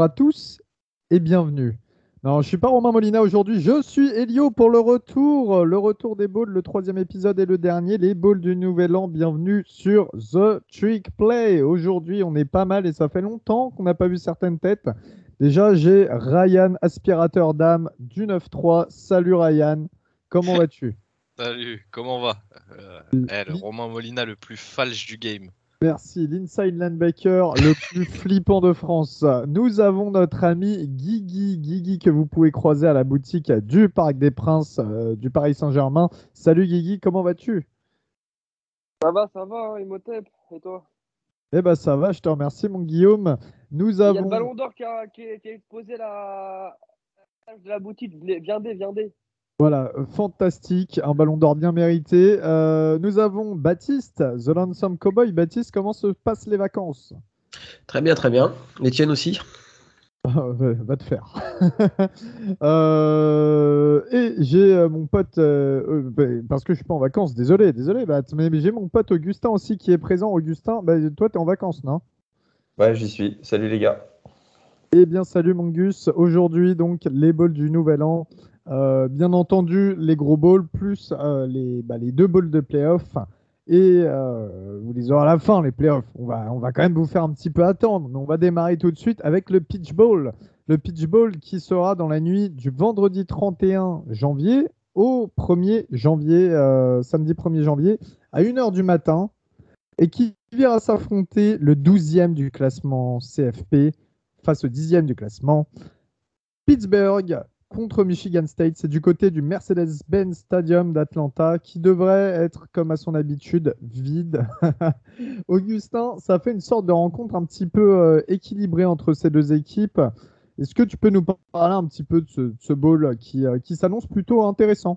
bonjour à tous et bienvenue. Non, je suis pas Romain Molina aujourd'hui, je suis Elio pour le retour des balls, le troisième épisode et le dernier, les balls du nouvel an. Bienvenue sur The Trick Play. Aujourd'hui, on est pas mal et ça fait longtemps qu'on n'a pas vu certaines têtes. Déjà, j'ai Ryan, aspirateur d'âme du 9-3. Salut Ryan, comment vas-tu? Salut, comment va? Le Li- Romain Molina le plus falche du game. Merci, l'inside linebacker le plus flippant de France. Nous avons notre ami Guigui que vous pouvez croiser à la boutique du Parc des Princes du Paris Saint-Germain. Salut Guigui, comment vas-tu? Ça va, hein, Imhotep, et toi? Eh ben ça va, je te remercie mon Guillaume. Nous Il y a le avons, ballon d'or qui est exposé là, à de la boutique. Viendez. voilà, fantastique, un ballon d'or bien mérité. Nous avons Baptiste, The Lonesome Cowboy. Baptiste, comment se passent les vacances? Très bien, très bien. Les tiennes aussi. Ouais, va te faire. Et j'ai mon pote, parce que je suis pas en vacances, désolé, Bat, mais j'ai mon pote Augustin aussi qui est présent. Augustin, bah, toi, tu es en vacances, non? Ouais, j'y suis. Salut les gars. Eh bien, salut Mongus. Aujourd'hui, donc, les balls du Nouvel An. Bien entendu, les gros balls plus les deux balls de playoff. Et vous les aurez à la fin, les playoffs. On va quand même vous faire un petit peu attendre. Mais on va démarrer tout de suite avec le pitch ball. Le pitch ball qui sera dans la nuit du vendredi 31 janvier au 1er janvier, samedi 1er janvier, à 1h du matin. Et qui ira s'affronter le 12e du classement CFP face au 10e du classement. Pittsburgh contre Michigan State. C'est du côté du Mercedes-Benz Stadium d'Atlanta qui devrait être, comme à son habitude, vide. Augustin, ça fait une sorte de rencontre un petit peu équilibrée entre ces deux équipes. Est-ce que tu peux nous parler un petit peu de ce bowl qui s'annonce plutôt intéressant?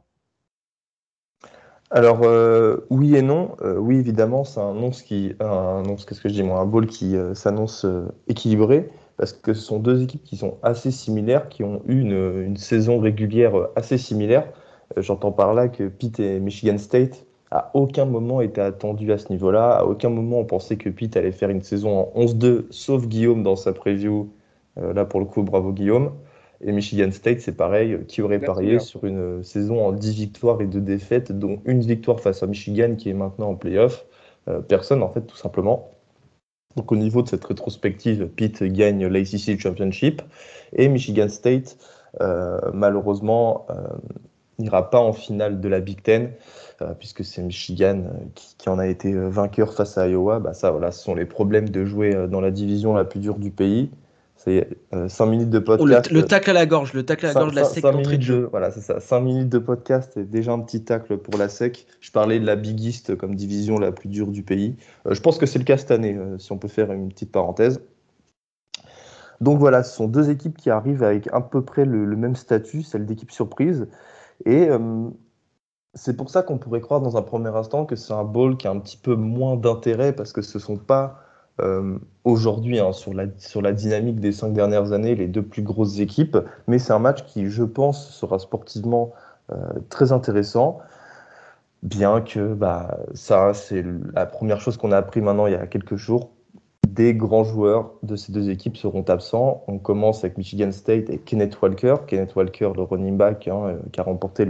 Alors oui et non. Oui évidemment, c'est qu'est-ce que je dis moi, un bowl qui s'annonce équilibré parce que ce sont deux équipes qui sont assez similaires, qui ont eu une saison régulière assez similaire. J'entends par là que Pitt et Michigan State à aucun moment étaient attendus à ce niveau-là. À aucun moment on pensait que Pitt allait faire une saison en 11-2, sauf Guillaume dans sa preview. Là pour le coup, bravo Guillaume. Et Michigan State, c'est pareil, qui aurait Merci, parié hein. sur une saison en 10 victoires et 2 défaites, dont une victoire face à Michigan qui est maintenant en playoff. Personne, en fait, tout simplement. Donc au niveau de cette rétrospective, Pitt gagne l'ACC Championship et Michigan State, malheureusement, n'ira pas en finale de la Big Ten, puisque c'est Michigan qui en a été vainqueur face à Iowa. Bah, ça, voilà, ce sont les problèmes de jouer dans la division la plus dure du pays. C'est 5 minutes de Oh, podcast. le tacle à la gorge, de la sec d'entrée de jeu. Voilà, c'est ça. 5 minutes de podcast et déjà un petit tacle pour la SEC. Je parlais de la Big East comme division la plus dure du pays. Je pense que c'est le cas cette année, si on peut faire une petite parenthèse. Donc voilà, ce sont deux équipes qui arrivent avec à peu près le même statut, celle d'équipe surprise. Et c'est pour ça qu'on pourrait croire dans un premier instant que c'est un bowl qui a un petit peu moins d'intérêt parce que ce ne sont pas aujourd'hui, hein, sur la dynamique des 5 dernières années, les deux plus grosses équipes. Mais c'est un match qui, je pense, sera sportivement très intéressant. Bien que ça, c'est la première chose qu'on a appris maintenant il y a quelques jours. Des grands joueurs de ces deux équipes seront absents. On commence avec Michigan State et Kenneth Walker. Kenneth Walker, le running back, hein, qui a remporté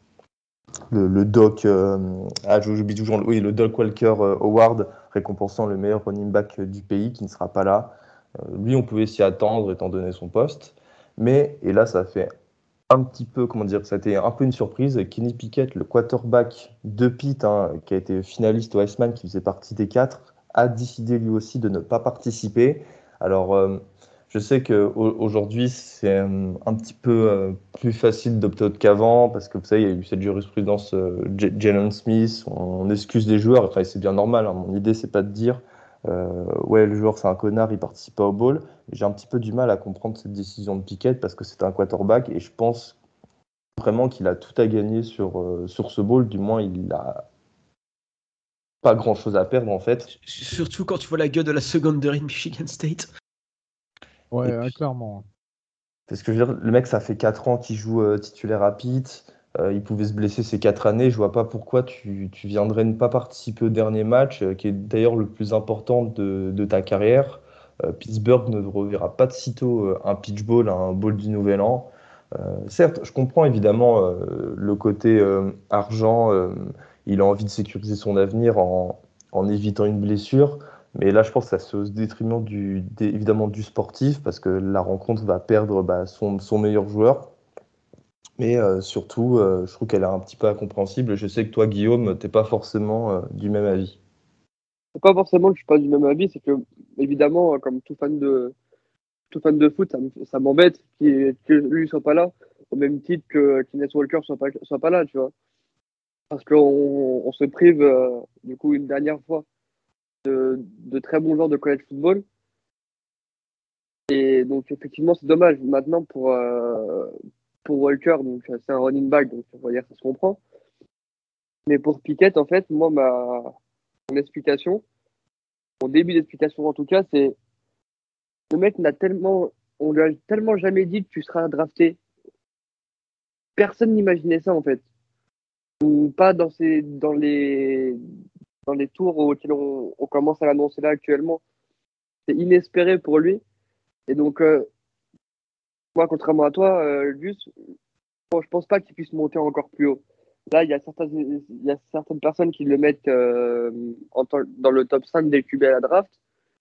le Doc, j'oublie toujours, oui, le Doc Walker Award, récompensant le meilleur running back du pays, qui ne sera pas là. Lui, on pouvait s'y attendre étant donné son poste. Et là, ça fait un petit peu, ça a été un peu une surprise. Kenny Pickett, le quarterback de Pitt, hein, qui a été finaliste au Heisman, qui faisait partie des 4, a décidé lui aussi de ne pas participer. Alors, je sais qu'aujourd'hui, c'est un petit peu plus facile d'opt-out qu'avant, parce que vous savez, il y a eu cette jurisprudence Jalen Smith, on excuse les joueurs, enfin, c'est bien normal, hein. Mon idée, c'est pas de dire ouais, le joueur, c'est un connard, il participe pas au bowl. J'ai un petit peu du mal à comprendre cette décision de Pickett, parce que c'est un quarterback, et je pense vraiment qu'il a tout à gagner sur ce bowl, du moins, il a pas grand-chose à perdre, en fait. Surtout quand tu vois la gueule de la secondary de Michigan State. Ouais, Et puis, clairement. parce que je veux dire, le mec, ça fait 4 ans qu'il joue titulaire à Pitt. Il pouvait se blesser ces 4 années. Je vois pas pourquoi tu viendrais ne pas participer au dernier match, qui est d'ailleurs le plus important de ta carrière. Pittsburgh ne reverra pas de sitôt un pitch ball, un ball du Nouvel An. Certes, je comprends évidemment le côté argent. Il a envie de sécuriser son avenir en évitant une blessure. Mais là, je pense que ça se fait au détriment évidemment du sportif, parce que la rencontre va perdre son meilleur joueur. Mais surtout, je trouve qu'elle est un petit peu incompréhensible. Je sais que toi, Guillaume, t'es pas forcément du même avis. C'est pas forcément que je suis pas du même avis, c'est que, évidemment, comme tout fan de foot, ça m'embête que lui soit pas là, au même titre que Kenneth Walker soit pas là, tu vois. Parce qu'on se prive, du coup, une dernière fois de très bons joueurs de college football. Et donc, effectivement, c'est dommage. Maintenant, pour Walker, donc c'est un running back, donc on va dire que ça se comprend. Mais pour Pickett, en fait, moi, mon explication, mon début d'explication en tout cas, c'est le mec on lui a tellement jamais dit que tu seras drafté. Personne n'imaginait ça, en fait. Ou pas dans les tours auxquels on commence à l'annoncer là actuellement. C'est inespéré pour lui. Et donc, moi, contrairement à toi, Gus, bon, je pense pas qu'il puisse monter encore plus haut. Là, il y a certaines personnes qui le mettent dans le top 5 des QB à la draft.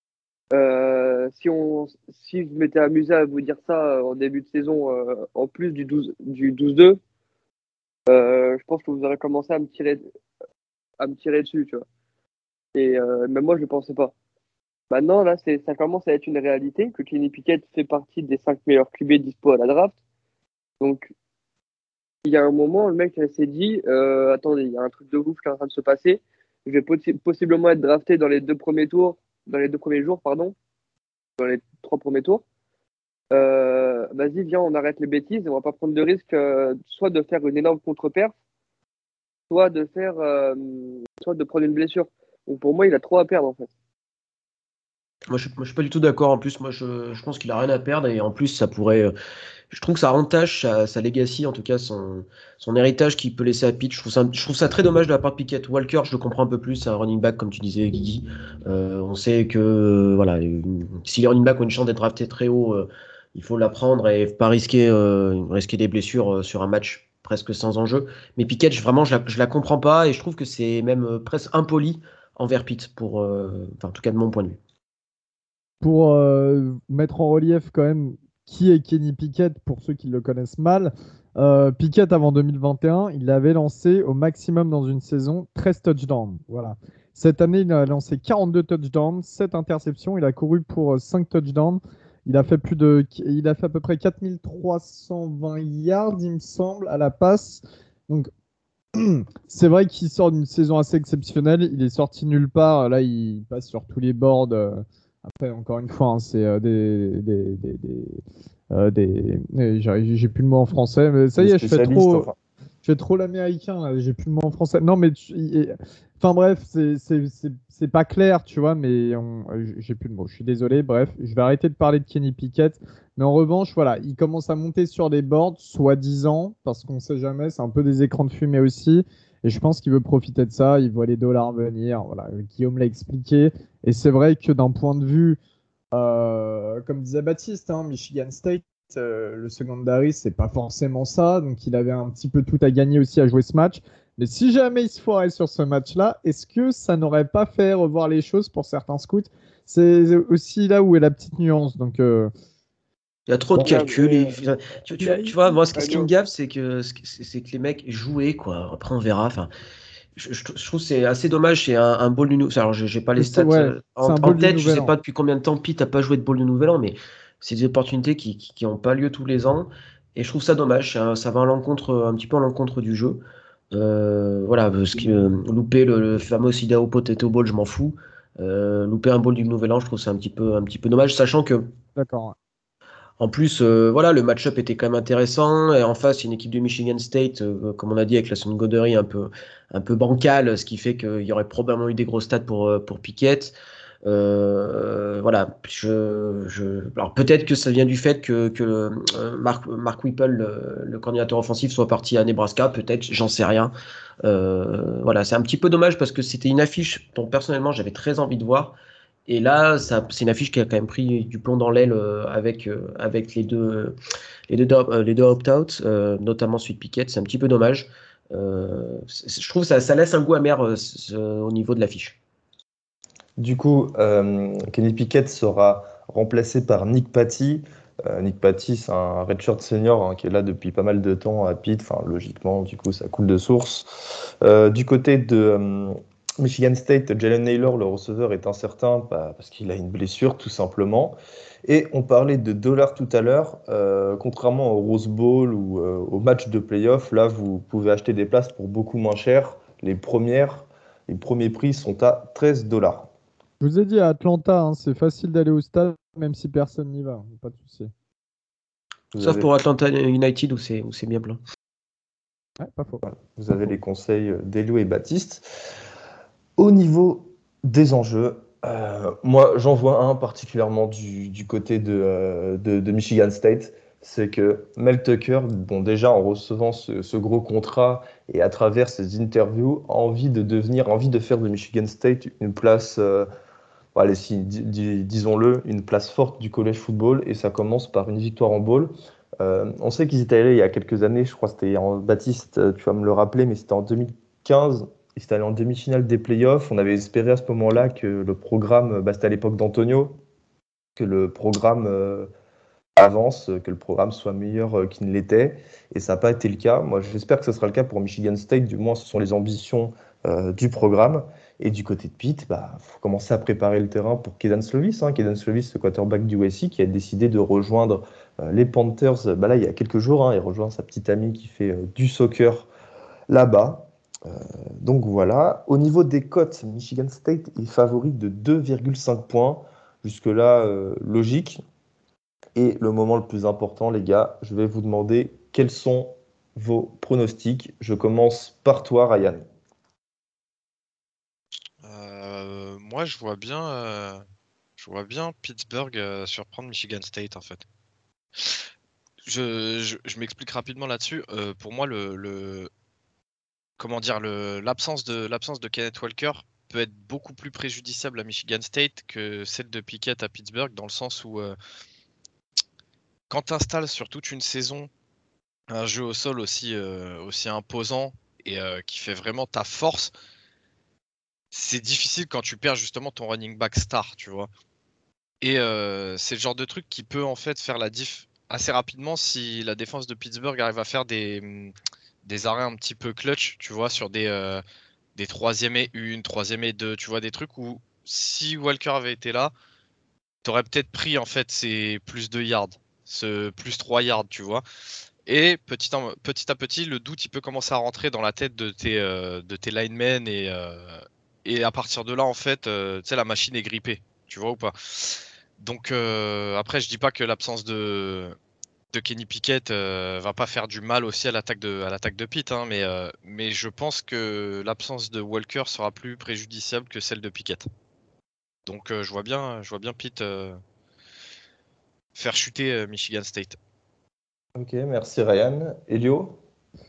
Si je m'étais amusé à vous dire ça en début de saison, en plus du 12-2, je pense que vous aurez commencé à me tirer dessus, tu vois. Et même moi, je ne le pensais pas. Maintenant, là, ça commence à être une réalité que Kenny Pickett fait partie des 5 meilleurs QB dispo à la draft. Donc, il y a un moment, le mec s'est dit attendez, il y a un truc de ouf qui est en train de se passer. Je vais possiblement être drafté dans les 2 premiers jours, pardon, dans les 3 premiers tours. Vas-y, viens, on arrête les bêtises et on va pas prendre de risque, soit de faire une énorme contre-perf, soit de prendre une blessure. Donc pour moi, il a trop à perdre en fait. Moi, je suis pas du tout d'accord. En plus, moi, je pense qu'il a rien à perdre et en plus, ça pourrait. Je trouve que ça entache sa legacy, en tout cas son héritage qu'il peut laisser à Pitt. Je trouve ça très dommage de la part de Pickett. Walker, je le comprends un peu plus, c'est un running back, comme tu disais, Guigui. On sait que voilà, si les running backs ont une chance d'être draftés très haut, il faut l'apprendre et pas risquer des blessures sur un match presque sans enjeu. Mais Pickett, vraiment, je la comprends pas et je trouve que c'est même presque impoli envers Pitt, en tout cas de mon point de vue. Pour mettre en relief quand même qui est Kenny Pickett, pour ceux qui le connaissent mal, Pickett avant 2021, il avait lancé au maximum dans une saison 13 touchdowns. Voilà. Cette année, il a lancé 42 touchdowns, 7 interceptions, il a couru pour 5 touchdowns. Il a fait à peu près 4320 yards, il me semble, à la passe. Donc, c'est vrai qu'il sort d'une saison assez exceptionnelle. Il est sorti nulle part. Là, il passe sur tous les boards. Après, encore une fois, hein, c'est j'ai plus le mot en français, mais ça y est, je fais trop l'américain, là, j'ai plus le mot en français. Non, mais enfin bref, c'est pas clair, tu vois, mais j'ai plus le mot. Je suis désolé. Bref, je vais arrêter de parler de Kenny Pickett. Mais en revanche, voilà, il commence à monter sur des boards, soi-disant, parce qu'on sait jamais, c'est un peu des écrans de fumée aussi. Et je pense qu'il veut profiter de ça, il voit les dollars venir. Voilà, Guillaume l'a expliqué. Et c'est vrai que d'un point de vue, comme disait Baptiste, hein, Michigan State, le secondary, c'est pas forcément ça. Donc il avait un petit peu tout à gagner aussi à jouer ce match. Mais si jamais il se foirait sur ce match-là, est-ce que ça n'aurait pas fait revoir les choses pour certains scouts? C'est aussi là où est la petite nuance. Donc, il y a trop de calculs. Tu vois, moi, ce qui me gaffe, c'est que les mecs jouaient, quoi. Après, on verra. Enfin, je trouve que c'est assez dommage. C'est un ball du nouvel. Alors, j'ai pas les stats en tête. Je sais pas depuis combien de temps Pitt n'a pas joué de ball du nouvel an, mais c'est des opportunités qui n'ont pas lieu tous les ans. Et je trouve ça dommage. Ça va un petit peu à l'encontre du jeu. Voilà, louper le fameux Idaho Potato Bowl, je m'en fous. Louper un ball du nouvel an, je trouve c'est un petit peu dommage, sachant que. D'accord. En plus, voilà, le match-up était quand même intéressant. Et en face, une équipe de Michigan State, comme on a dit, avec la secondary un peu bancale, ce qui fait qu'il y aurait probablement eu des gros stats pour Pickett. Voilà. Alors peut-être que ça vient du fait que Mark Whipple, le coordinateur offensif, soit parti à Nebraska. Peut-être, j'en sais rien. Voilà, c'est un petit peu dommage parce que c'était une affiche dont personnellement j'avais très envie de voir. Et là, c'est une affiche qui a quand même pris du plomb dans l'aile avec les deux opt-out, notamment celui de Pickett. C'est un petit peu dommage. Je trouve que ça laisse un goût amer au niveau de l'affiche. Du coup, Kenny Pickett sera remplacé par Nick Patty. Nick Patty, c'est un redshirt senior qui est là depuis pas mal de temps à Pitt. Enfin, logiquement, du coup, ça coule de source. Du côté de Michigan State, Jalen Naylor, le receveur, est incertain parce qu'il a une blessure, tout simplement. Et on parlait de dollars tout à l'heure. Contrairement au Rose Bowl ou au match de playoff, là, vous pouvez acheter des places pour beaucoup moins cher. Les premiers prix sont à $13. Je vous ai dit à Atlanta, hein, c'est facile d'aller au stade, même si personne n'y va. Pas de souci. Sauf pour Atlanta United où c'est bien plein. Ouais, pas faux. Vous avez les conseils d'Elio et Baptiste. Au niveau des enjeux, moi j'en vois un particulièrement du côté de Michigan State. C'est que Mel Tucker, bon, déjà en recevant ce gros contrat et à travers ses interviews, a envie de faire de Michigan State une place, allez, disons-le, une place forte du college football, et ça commence par une victoire en bowl. On sait qu'ils étaient allés il y a quelques années, je crois que c'était Baptiste, tu vas me le rappeler, mais c'était en 2015, ils étaient allés en demi-finale des playoffs. On avait espéré à ce moment-là que le programme, c'était à l'époque d'Antonio, que le programme avance, que le programme soit meilleur qu'il ne l'était, et ça n'a pas été le cas. Moi, j'espère que ce sera le cas pour Michigan State, du moins ce sont les ambitions du programme. Et du côté de Pitt, faut commencer à préparer le terrain pour Kedon Slovis. Kedon Slovis, le quarterback du USC, qui a décidé de rejoindre les Panthers là, il y a quelques jours. Il rejoint sa petite amie qui fait du soccer là-bas. Donc voilà. Au niveau des cotes, Michigan State est favori de 2,5 points. Jusque-là, logique. Et le moment le plus important, les gars, je vais vous demander quels sont vos pronostics. Je commence par toi, Ryan. Moi, je vois bien Pittsburgh surprendre Michigan State en fait. Je m'explique rapidement là-dessus. Pour moi, l'absence de Kenneth Walker peut être beaucoup plus préjudiciable à Michigan State que celle de Pickett à Pittsburgh, dans le sens où quand tu installes sur toute une saison un jeu au sol aussi imposant et qui fait vraiment ta force, c'est difficile quand tu perds justement ton running back star, tu vois. Et c'est le genre de truc qui peut en fait faire la diff assez rapidement si la défense de Pittsburgh arrive à faire des arrêts un petit peu clutch, tu vois, sur des 3e et 1, 3e et 2, tu vois, des trucs où si Walker avait été là, t'aurais peut-être pris en fait ces plus 2 yards, ce plus 3 yards, tu vois. Et petit à petit, le doute il peut commencer à rentrer dans la tête de tes linemen et à partir de là, en fait, tu sais, la machine est grippée, tu vois ou pas. Donc après, je dis pas que l'absence de Kenny Pickett va pas faire du mal aussi à l'attaque de Pitt, hein, mais je pense que l'absence de Walker sera plus préjudiciable que celle de Pickett. Donc je vois bien Pitt faire chuter Michigan State. Ok, merci Ryan. Elio?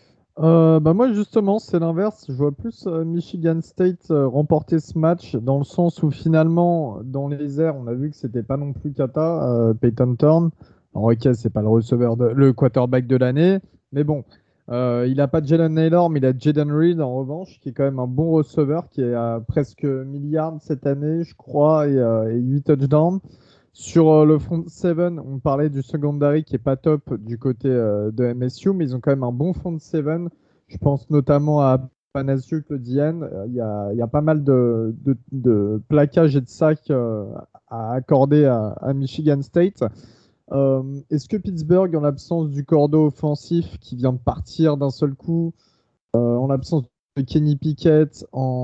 Moi justement c'est l'inverse, je vois plus Michigan State remporter ce match dans le sens où finalement dans les airs on a vu que c'était pas non plus cata, Peyton Thorne. Alors ok c'est pas le quarterback de l'année, mais bon il a pas Jalen Naylor mais il a Jaden Reed en revanche qui est quand même un bon receveur qui est à presque milliard cette année je crois et 8 touchdowns. Sur le front 7, on parlait du secondary qui est pas top du côté de MSU, mais ils ont quand même un bon front 7. Je pense notamment à Panasiuk, le Diane. Il y a pas mal de plaquages et de sacs à accorder à Michigan State. Est-ce que Pittsburgh, en l'absence du cordeau offensif qui vient de partir d'un seul coup, en l'absence de Kenny Pickett,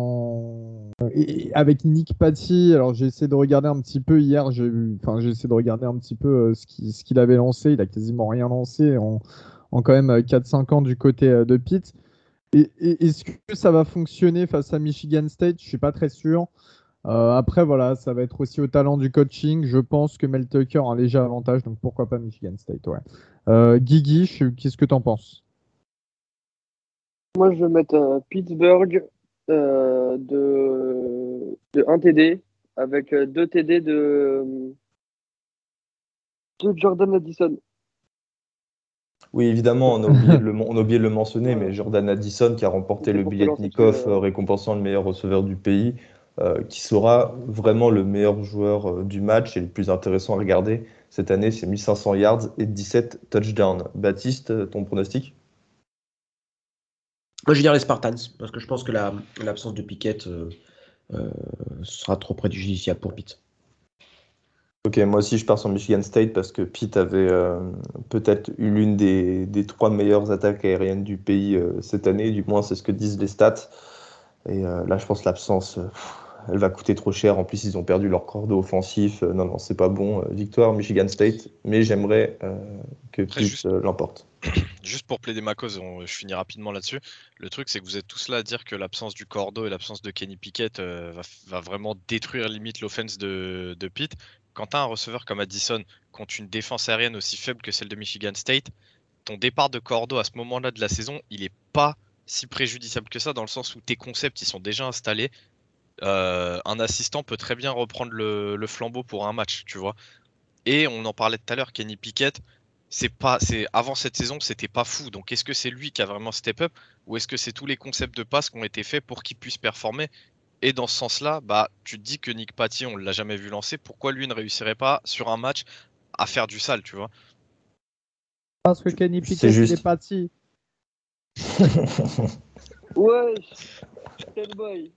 et avec Nick Patty, alors j'ai essayé de regarder un petit peu hier, j'ai essayé de regarder un petit peu ce qu'il avait lancé, il a quasiment rien lancé en quand même 4-5 ans du côté de Pitt. Et est-ce que ça va fonctionner face à Michigan State? Je suis pas très sûr. Après, voilà, ça va être aussi au talent du coaching. Je pense que Mel Tucker a un léger avantage, donc pourquoi pas Michigan State, ouais. Guigui, qu'est-ce que tu en penses? Moi, je vais mettre Pittsburgh de 1 TD avec 2 TD de Jordan Addison. Oui, évidemment, on a oublié de le mentionner, mais Jordan Addison qui a remporté C'est le pour te Biletnikoff, lancer, récompensant le meilleur receveur du pays, qui sera vraiment le meilleur joueur du match et le plus intéressant à regarder cette année. C'est 1500 yards et 17 touchdowns. Baptiste, ton pronostic? Moi, je vais dire les Spartans, parce que je pense que l'absence de Pickett sera trop préjudiciable pour Pitt. Ok, moi aussi je pars sur Michigan State parce que Pitt avait peut-être eu l'une des 3 meilleures attaques aériennes du pays cette année, du moins c'est ce que disent les stats. Et là je pense que l'absence, elle va coûter trop cher. En plus ils ont perdu leur cordeau offensif. Non, c'est pas bon. Victoire Michigan State, mais j'aimerais que Après, Pitt l'emporte. Juste pour plaider ma cause, je finis rapidement là-dessus. Le truc, c'est que vous êtes tous là à dire que l'absence du cordeau et l'absence de Kenny Pickett va vraiment détruire limite l'offense de Pitt. Quand tu as un receveur comme Addison contre une défense aérienne aussi faible que celle de Michigan State, ton départ de cordeau à ce moment-là de la saison, il est pas si préjudiciable que ça, dans le sens où tes concepts ils sont déjà installés. Un assistant peut très bien reprendre le flambeau pour un match, tu vois. Et on en parlait tout à l'heure, Kenny Pickett, avant cette saison, c'était pas fou. Donc est-ce que c'est lui qui a vraiment step up ou est-ce que c'est tous les concepts de passe qui ont été faits pour qu'il puisse performer? Et dans ce sens-là, bah tu te dis que Nick Patty, on l'a jamais vu lancer. Pourquoi lui ne réussirait pas sur un match à faire du sale, tu vois? Parce que Kenny C'est Pickett, il est juste. parti. Ouais, quel boy.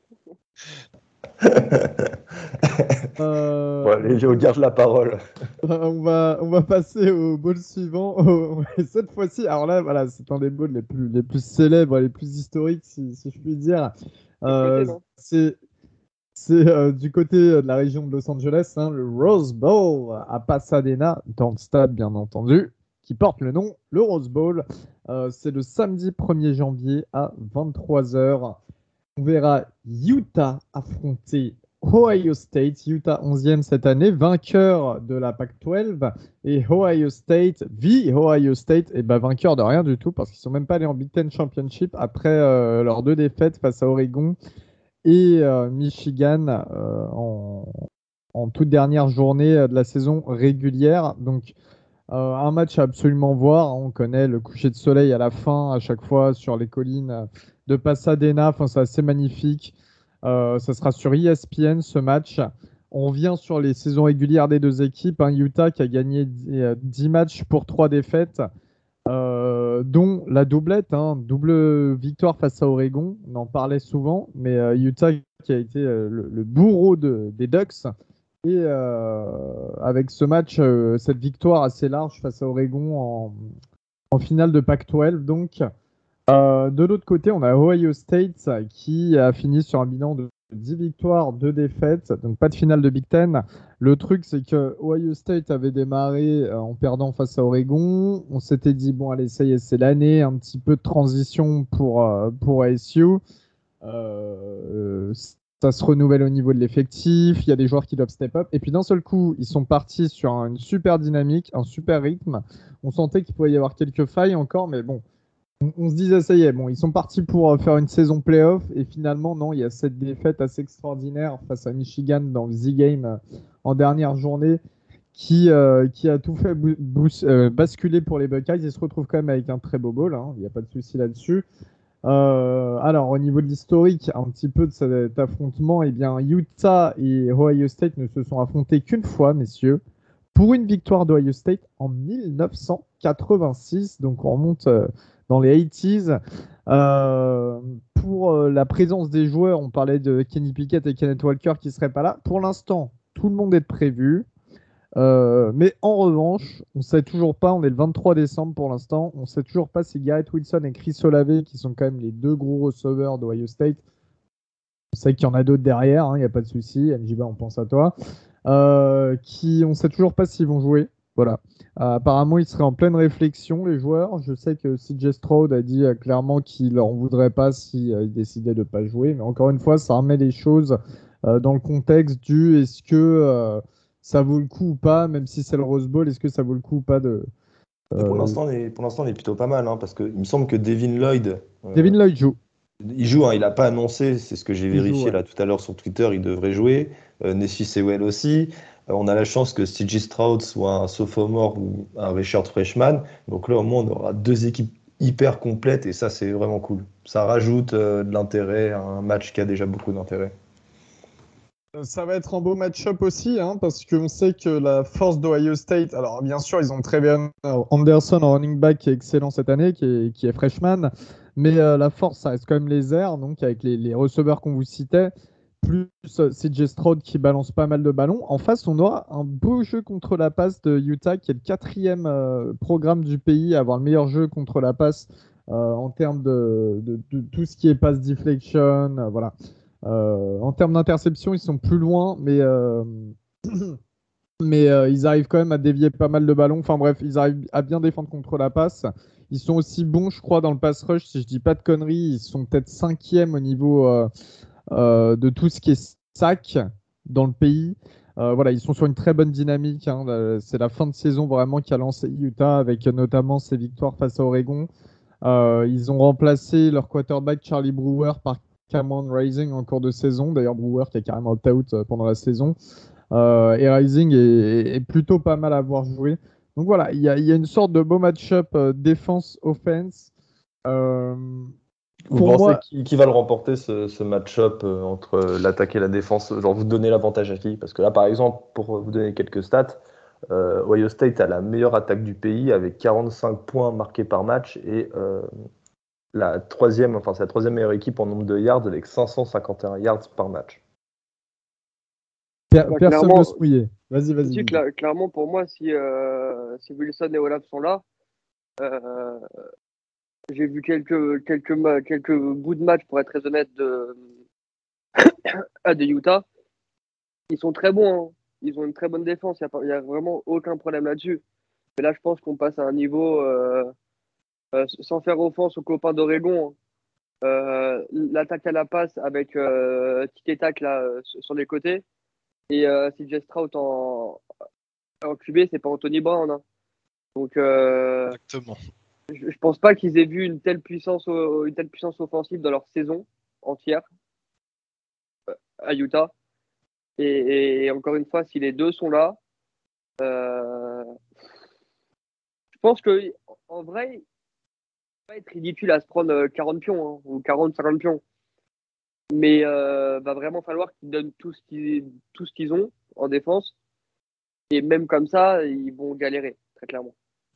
Bon, allez, je garde la parole. On va passer au bowl suivant. Et cette fois-ci, alors là, voilà, c'est un des bowls les plus célèbres, les plus historiques, si je puis dire. Côté, non C'est du côté de la région de Los Angeles, hein, le Rose Bowl à Pasadena, dans le stade bien entendu, qui porte le nom, le Rose Bowl. C'est le samedi 1er janvier à 23h. On verra Utah affronter Ohio State. Utah 11e cette année, vainqueur de la Pac-12. Et Ohio State, Ohio State, et ben vainqueur de rien du tout parce qu'ils ne sont même pas allés en Big Ten Championship après leurs 2 défaites face à Oregon et Michigan en toute dernière journée de la saison régulière. Donc, un match à absolument voir. On connaît le coucher de soleil à la fin, à chaque fois, sur les collines de Pasadena. Enfin, c'est assez magnifique. Ça sera sur ESPN, ce match. On revient sur les saisons régulières des 2 équipes. Hein. Utah qui a gagné 10 matchs pour 3 défaites. Dont la doublette, hein, double victoire face à Oregon, on en parlait souvent, mais Utah qui a été le bourreau des Ducks, et avec ce match, cette victoire assez large face à Oregon en finale de Pac-12. Donc, de l'autre côté, on a Ohio State qui a fini sur un bilan de 10 victoires, 2 défaites, donc pas de finale de Big Ten. Le truc, c'est que Ohio State avait démarré en perdant face à Oregon. On s'était dit, bon, allez, ça y est, c'est l'année, un petit peu de transition pour ASU. Ça se renouvelle au niveau de l'effectif, il y a des joueurs qui doivent step up. Et puis d'un seul coup, ils sont partis sur une super dynamique, un super rythme. On sentait qu'il pouvait y avoir quelques failles encore, mais bon, on se disait, ça y est, bon, ils sont partis pour faire une saison playoff, et finalement, non, il y a cette défaite assez extraordinaire face à Michigan dans le Z-Game en dernière journée qui a tout fait basculer pour les Buckeyes. Ils se retrouvent quand même avec un très beau bowl, hein, il n'y a pas de souci là-dessus. Alors, au niveau de l'historique, un petit peu de cet affrontement, eh bien, Utah et Ohio State ne se sont affrontés qu'une fois, messieurs, pour une victoire d'Ohio State en 1986. Donc, on remonte dans les 80s. Pour la présence des joueurs, on parlait de Kenny Pickett et Kenneth Walker qui ne seraient pas là. Pour l'instant, tout le monde est prévu. Mais en revanche, on ne sait toujours pas, on est le 23 décembre pour l'instant, on ne sait toujours pas si Garrett Wilson et Chris Olave, qui sont quand même les 2 gros receveurs d'Ohio State, on sait qu'il y en a d'autres derrière, il n'y a pas de souci, NJBA, on pense à toi, on ne sait toujours pas s'ils vont jouer. Voilà. Apparemment, ils seraient en pleine réflexion, les joueurs. Je sais que CJ Stroud a dit clairement qu'il n'en voudrait pas s'ils décidaient de ne pas jouer. Mais encore une fois, ça remet les choses dans le contexte du est-ce que ça vaut le coup ou pas, même si c'est le Rose Bowl, est-ce que ça vaut le coup ou pas de. Pour l'instant, on est plutôt pas mal, hein, parce qu'il me semble que Devin Lloyd. Devin Lloyd joue. Il joue, hein, il n'a pas annoncé, c'est ce que j'ai Il joue, vérifié ouais. là tout à l'heure sur Twitter, il devrait jouer. Nessie Sewell aussi. On a la chance que C.J. Stroud soit un sophomore ou un redshirt freshman. Donc là, au moins, on aura deux équipes hyper complètes et ça, c'est vraiment cool. Ça rajoute de l'intérêt à un match qui a déjà beaucoup d'intérêt. Ça va être un beau match-up aussi, hein, parce qu'on sait que la force d'Ohio State, alors bien sûr, ils ont très bien Anderson en running back qui est excellent cette année, qui est freshman, mais la force, ça reste quand même les airs, donc avec les receveurs qu'on vous citait, plus CJ Stroud qui balance pas mal de ballons. En face, on aura un beau jeu contre la passe de Utah, qui est le 4e programme du pays à avoir le meilleur jeu contre la passe en termes de tout ce qui est pass deflection, voilà. En termes d'interception, ils sont plus loin, mais ils arrivent quand même à dévier pas mal de ballons. Enfin bref, ils arrivent à bien défendre contre la passe. Ils sont aussi bons, je crois, dans le pass rush. Si je dis pas de conneries, ils sont peut-être 5e au niveau de tout ce qui est sac dans le pays. Voilà, ils sont sur une très bonne dynamique, hein. C'est la fin de saison vraiment qui a lancé Utah avec notamment ses victoires face à Oregon. Ils ont remplacé leur quarterback Charlie Brewer par Cameron Rising en cours de saison. D'ailleurs, Brewer qui a carrément opt-out pendant la saison. Et Rising est plutôt pas mal à voir jouer. Donc voilà, il y a une sorte de beau match-up défense-offense. Vous Pour pensez moi, qui va le remporter ce match-up entre l'attaque et la défense? Genre, vous donnez l'avantage à qui? Parce que là, par exemple, pour vous donner quelques stats, Ohio State a la meilleure attaque du pays avec 45 points marqués par match et c'est la troisième meilleure équipe en nombre de yards avec 551 yards par match. personne ne Clairement, veut se mouiller. Vas-y, vas-y. si, Guigui. clairement, pour moi, si Wilson et Olaf sont là, euh, j'ai vu quelques bouts de match, pour être très honnête, de Utah. Ils sont très bons, hein. Ils ont une très bonne défense. Il n'y a vraiment aucun problème là-dessus. Mais là, je pense qu'on passe à un niveau, sans faire offense aux copains d'Oregon, hein. L'attaque à la passe avec Tic Tac là sur les côtés et CJ Stroud en QB, c'est pas Anthony Brown, hein. Donc Exactement. je pense pas qu'ils aient vu une telle puissance offensive dans leur saison entière à Utah. Et encore une fois, si les deux sont là, je pense que en vrai, va être ridicule à se prendre 40 pions, hein, ou 40-50 pions. Mais va vraiment falloir qu'ils donnent tout ce qu'ils ont en défense. Et même comme ça, ils vont galérer, très clairement.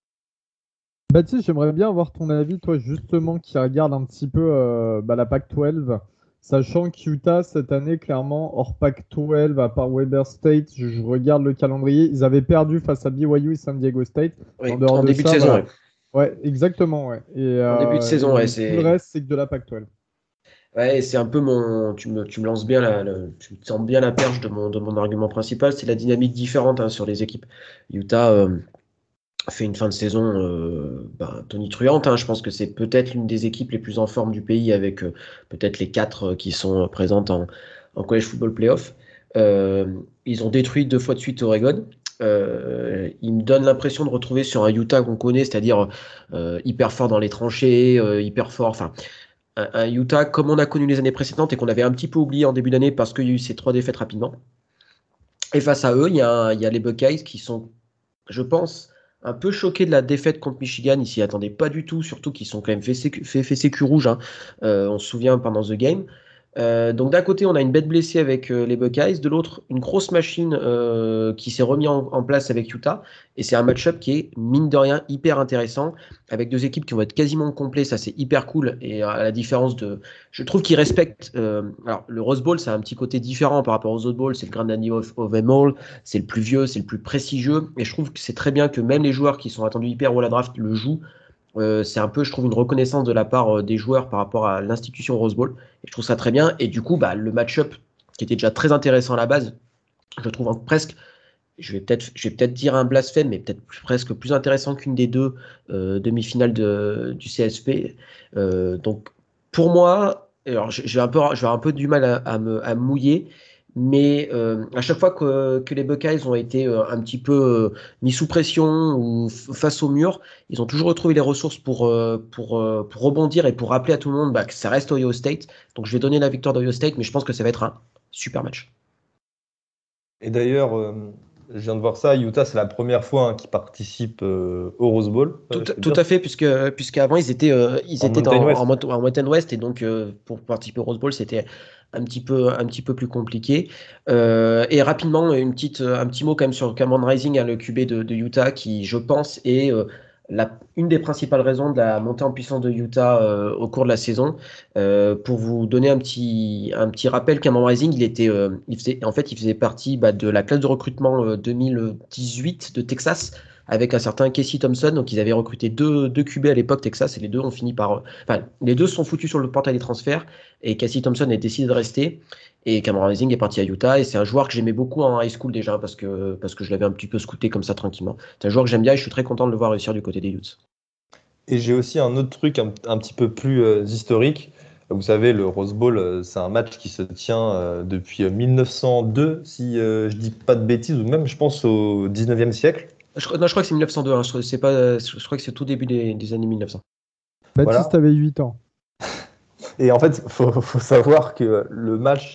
Baptiste, j'aimerais bien avoir ton avis, toi justement, qui regarde un petit peu la Pac-12, sachant qu'Utah, cette année, clairement, hors Pac-12, à part Weber State, je regarde le calendrier, ils avaient perdu face à BYU et San Diego State. Oui, En dehors en de début ça, de saison, voilà. ouais. Ouais, exactement, ouais. Et, En début de saison, ouais, tout le reste, c'est que de la Pac-12. Ouais, c'est un peu tu me lances bien tu me tends bien la perche de mon argument principal, c'est la dynamique différente, hein, sur les équipes. Utah fait une fin de saison tonitruante, hein. Je pense que c'est peut-être l'une des équipes les plus en forme du pays avec peut-être les 4 qui sont présentes en college football playoff. Euh, Ils ont détruit 2 fois de suite Oregon. Ils me donnent l'impression de retrouver sur un Utah qu'on connaît, c'est-à-dire hyper fort dans les tranchées, hyper fort. Enfin, un Utah comme on a connu les années précédentes et qu'on avait un petit peu oublié en début d'année parce qu'il y a eu ces 3 défaites rapidement. Et face à eux, il y a les Buckeyes qui sont, je pense, un peu choqués de la défaite contre Michigan. Ils s'y attendaient pas du tout, surtout qu'ils sont quand même fait sécu rouge, hein. On se souvient pendant The Game. Donc d'un côté, on a une bête blessée avec les Buckeyes, de l'autre, une grosse machine qui s'est remis en place avec Utah. Et c'est un match-up qui est, mine de rien, hyper intéressant, avec deux équipes qui vont être quasiment complets. Ça, c'est hyper cool. Et à la différence de... Je trouve qu'ils respectent... alors, le Rose Bowl, ça a un petit côté différent par rapport aux autres bowls. C'est le Granddaddy of them all. C'est le plus vieux, c'est le plus prestigieux. Et je trouve que c'est très bien que même les joueurs qui sont attendus hyper haut à la draft le jouent. C'est un peu, je trouve, une reconnaissance de la part des joueurs par rapport à l'institution Rose Bowl. Et je trouve ça très bien. Et du coup, le match-up, qui était déjà très intéressant à la base, je le trouve presque, je vais peut-être dire un blasphème, mais peut-être presque plus intéressant qu'une des deux demi-finales du CSP. Donc, pour moi, alors, je vais un peu du mal à me mouiller, Mais à chaque fois que les Buckeyes ont été un petit peu mis sous pression ou face au mur, ils ont toujours retrouvé les ressources pour rebondir et pour rappeler à tout le monde que ça reste Ohio State. Donc je vais donner la victoire d'Ohio State, mais je pense que ça va être un super match. Et d'ailleurs, je viens de voir ça, Utah, c'est la première fois qui participe au Rose Bowl. Tout à fait, puisqu'avant ils étaient Mountain West. en Mountain West, et donc pour participer au Rose Bowl, c'était un petit peu plus compliqué. Et rapidement, un petit mot quand même sur Cameron Rising, le QB de Utah, qui je pense est une des principales raisons de la montée en puissance de Utah au cours de la saison. Pour vous donner un petit rappel, Cameron Rising, il faisait partie de la classe de recrutement 2018 de Texas, avec un certain Casey Thompson. Donc, ils avaient recruté deux QB à l'époque, Texas, et les deux ont fini par. Les deux sont foutus sur le portail des transferts, et Casey Thompson a décidé de rester. Et Cameron Rising est parti à Utah, et c'est un joueur que j'aimais beaucoup en high school déjà, parce que je l'avais un petit peu scouté comme ça tranquillement. C'est un joueur que j'aime bien, et je suis très content de le voir réussir du côté des Utes. Et j'ai aussi un autre truc un petit peu plus historique. Vous savez, le Rose Bowl, c'est un match qui se tient depuis 1902, si je dis pas de bêtises, ou même, je pense, au 19e siècle. Je crois que c'est 1902, hein. Je crois que c'est tout début des années 1900. Baptiste Voilà. avait 8 ans. Et en fait, faut savoir que le match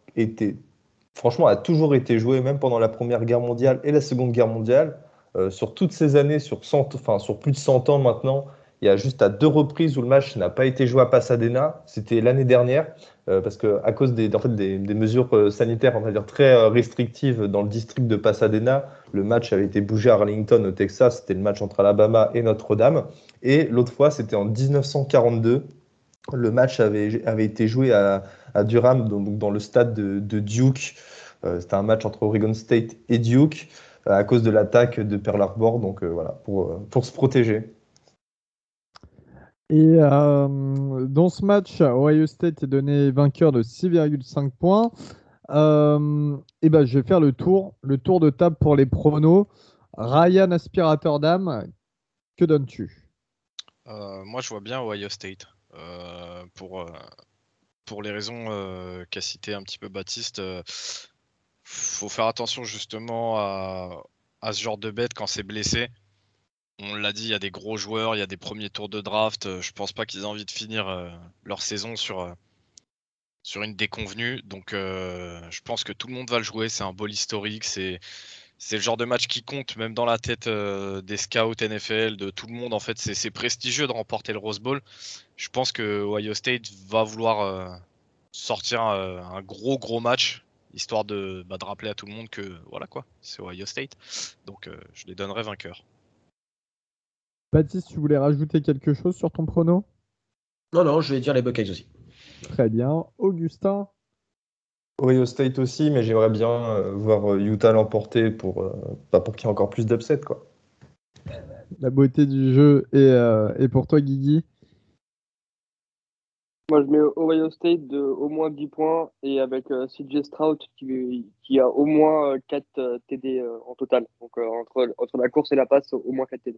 a toujours été joué, même pendant la Première Guerre mondiale et la Seconde Guerre mondiale. Sur toutes ces années, sur plus de 100 ans maintenant, il y a juste à 2 reprises où le match n'a pas été joué à Pasadena. C'était l'année dernière, parce qu'à cause des mesures sanitaires, on va dire, très restrictives dans le district de Pasadena, le match avait été bougé à Arlington, au Texas. C'était le match entre Alabama et Notre-Dame. Et l'autre fois, c'était en 1942. Le match avait été joué à Durham, donc dans le stade de Duke. C'était un match entre Oregon State et Duke à cause de l'attaque de Pearl Harbor, donc voilà, pour se protéger. Et dans ce match, Ohio State est donné vainqueur de 6,5 points. Et ben, je vais faire le tour de table pour les pronos. Ryan Aspirateur d'âme, que donnes-tu? Moi, je vois bien Ohio State. Pour les raisons qu'a cité un petit peu Baptiste, faut faire attention justement à ce genre de bête quand c'est blessé. On l'a dit, il y a des gros joueurs, il y a des premiers tours de draft. Je pense pas qu'ils aient envie de finir leur saison sur une déconvenue. Donc, je pense que tout le monde va le jouer. C'est un bowl historique. C'est le genre de match qui compte, même dans la tête des scouts NFL, de tout le monde. En fait, c'est prestigieux de remporter le Rose Bowl. Je pense que Ohio State va vouloir sortir un gros match, histoire de rappeler à tout le monde que voilà quoi, c'est Ohio State. Donc, je les donnerai vainqueurs. Baptiste, tu voulais rajouter quelque chose sur ton prono? Non, je vais dire les Buckeyes aussi. Très bien. Augustin? Ohio State aussi, mais j'aimerais bien voir Utah l'emporter pour qu'il y ait encore plus d'upset, quoi. La beauté du jeu. Et pour toi, Guigui? Moi, je mets Ohio State de au moins 10 points et avec CJ Stroud qui a au moins 4 TD en total. Donc, entre la course et la passe, au moins 4 TD.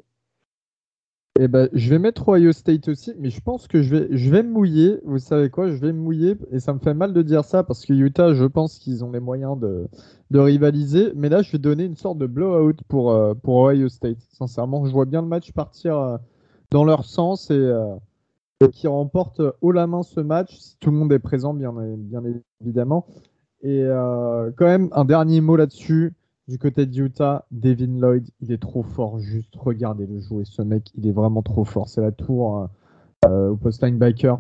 Eh ben, je vais mettre Ohio State aussi, mais je pense que je vais me mouiller. Vous savez quoi? Je vais me mouiller et ça me fait mal de dire ça parce que Utah, je pense qu'ils ont les moyens de rivaliser. Mais là, je vais donner une sorte de blowout pour Ohio State. Sincèrement, je vois bien le match partir dans leur sens et qui remporte haut la main ce match si tout le monde est présent, bien évidemment. Et quand même, un dernier mot là-dessus. Du côté de Utah, Devin Lloyd, il est trop fort. Juste regardez-le jouer. Ce mec, il est vraiment trop fort. C'est la tour au post linebacker.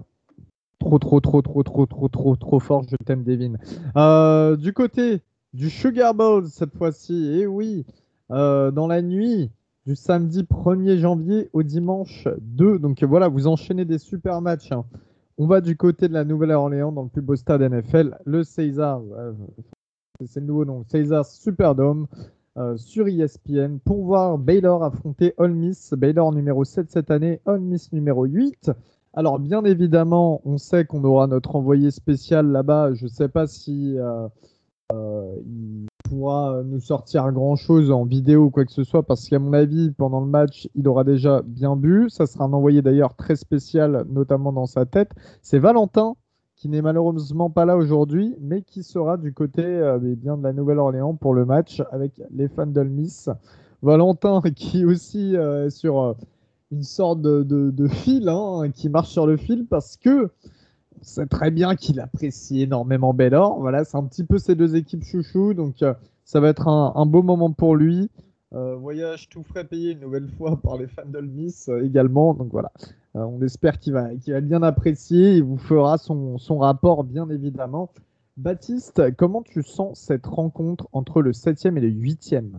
Trop fort. Je t'aime, Devin. Du côté du Sugar Bowl, cette fois-ci, et oui, dans la nuit du samedi 1er janvier au dimanche 2. Donc voilà, vous enchaînez des super matchs. Hein. On va du côté de la Nouvelle-Orléans, dans le plus beau stade NFL, le Caesars. C'est le nouveau nom, Caesars Superdome sur ESPN pour voir Baylor affronter Ole Miss. Baylor numéro 7 cette année, Ole Miss numéro 8. Alors bien évidemment, on sait qu'on aura notre envoyé spécial là-bas. Je ne sais pas si il pourra nous sortir grand-chose en vidéo ou quoi que ce soit parce qu'à mon avis, pendant le match, il aura déjà bien bu. Ça sera un envoyé d'ailleurs très spécial, notamment dans sa tête. C'est Valentin qui n'est malheureusement pas là aujourd'hui, mais qui sera du côté bien de la Nouvelle-Orléans pour le match avec les fans d'Ole Miss. Valentin qui est aussi sur une sorte de fil, hein, qui marche sur le fil parce que on sait très bien qu'il apprécie énormément Baylor. Voilà, c'est un petit peu ces deux équipes chouchou, donc ça va être un beau moment pour lui. Voyage tout frais payé une nouvelle fois par les fans d'Ole Miss également. Donc voilà, on espère qu'il va bien apprécier. Il vous fera son rapport, bien évidemment. Baptiste, comment tu sens cette rencontre entre le 7e et le 8e?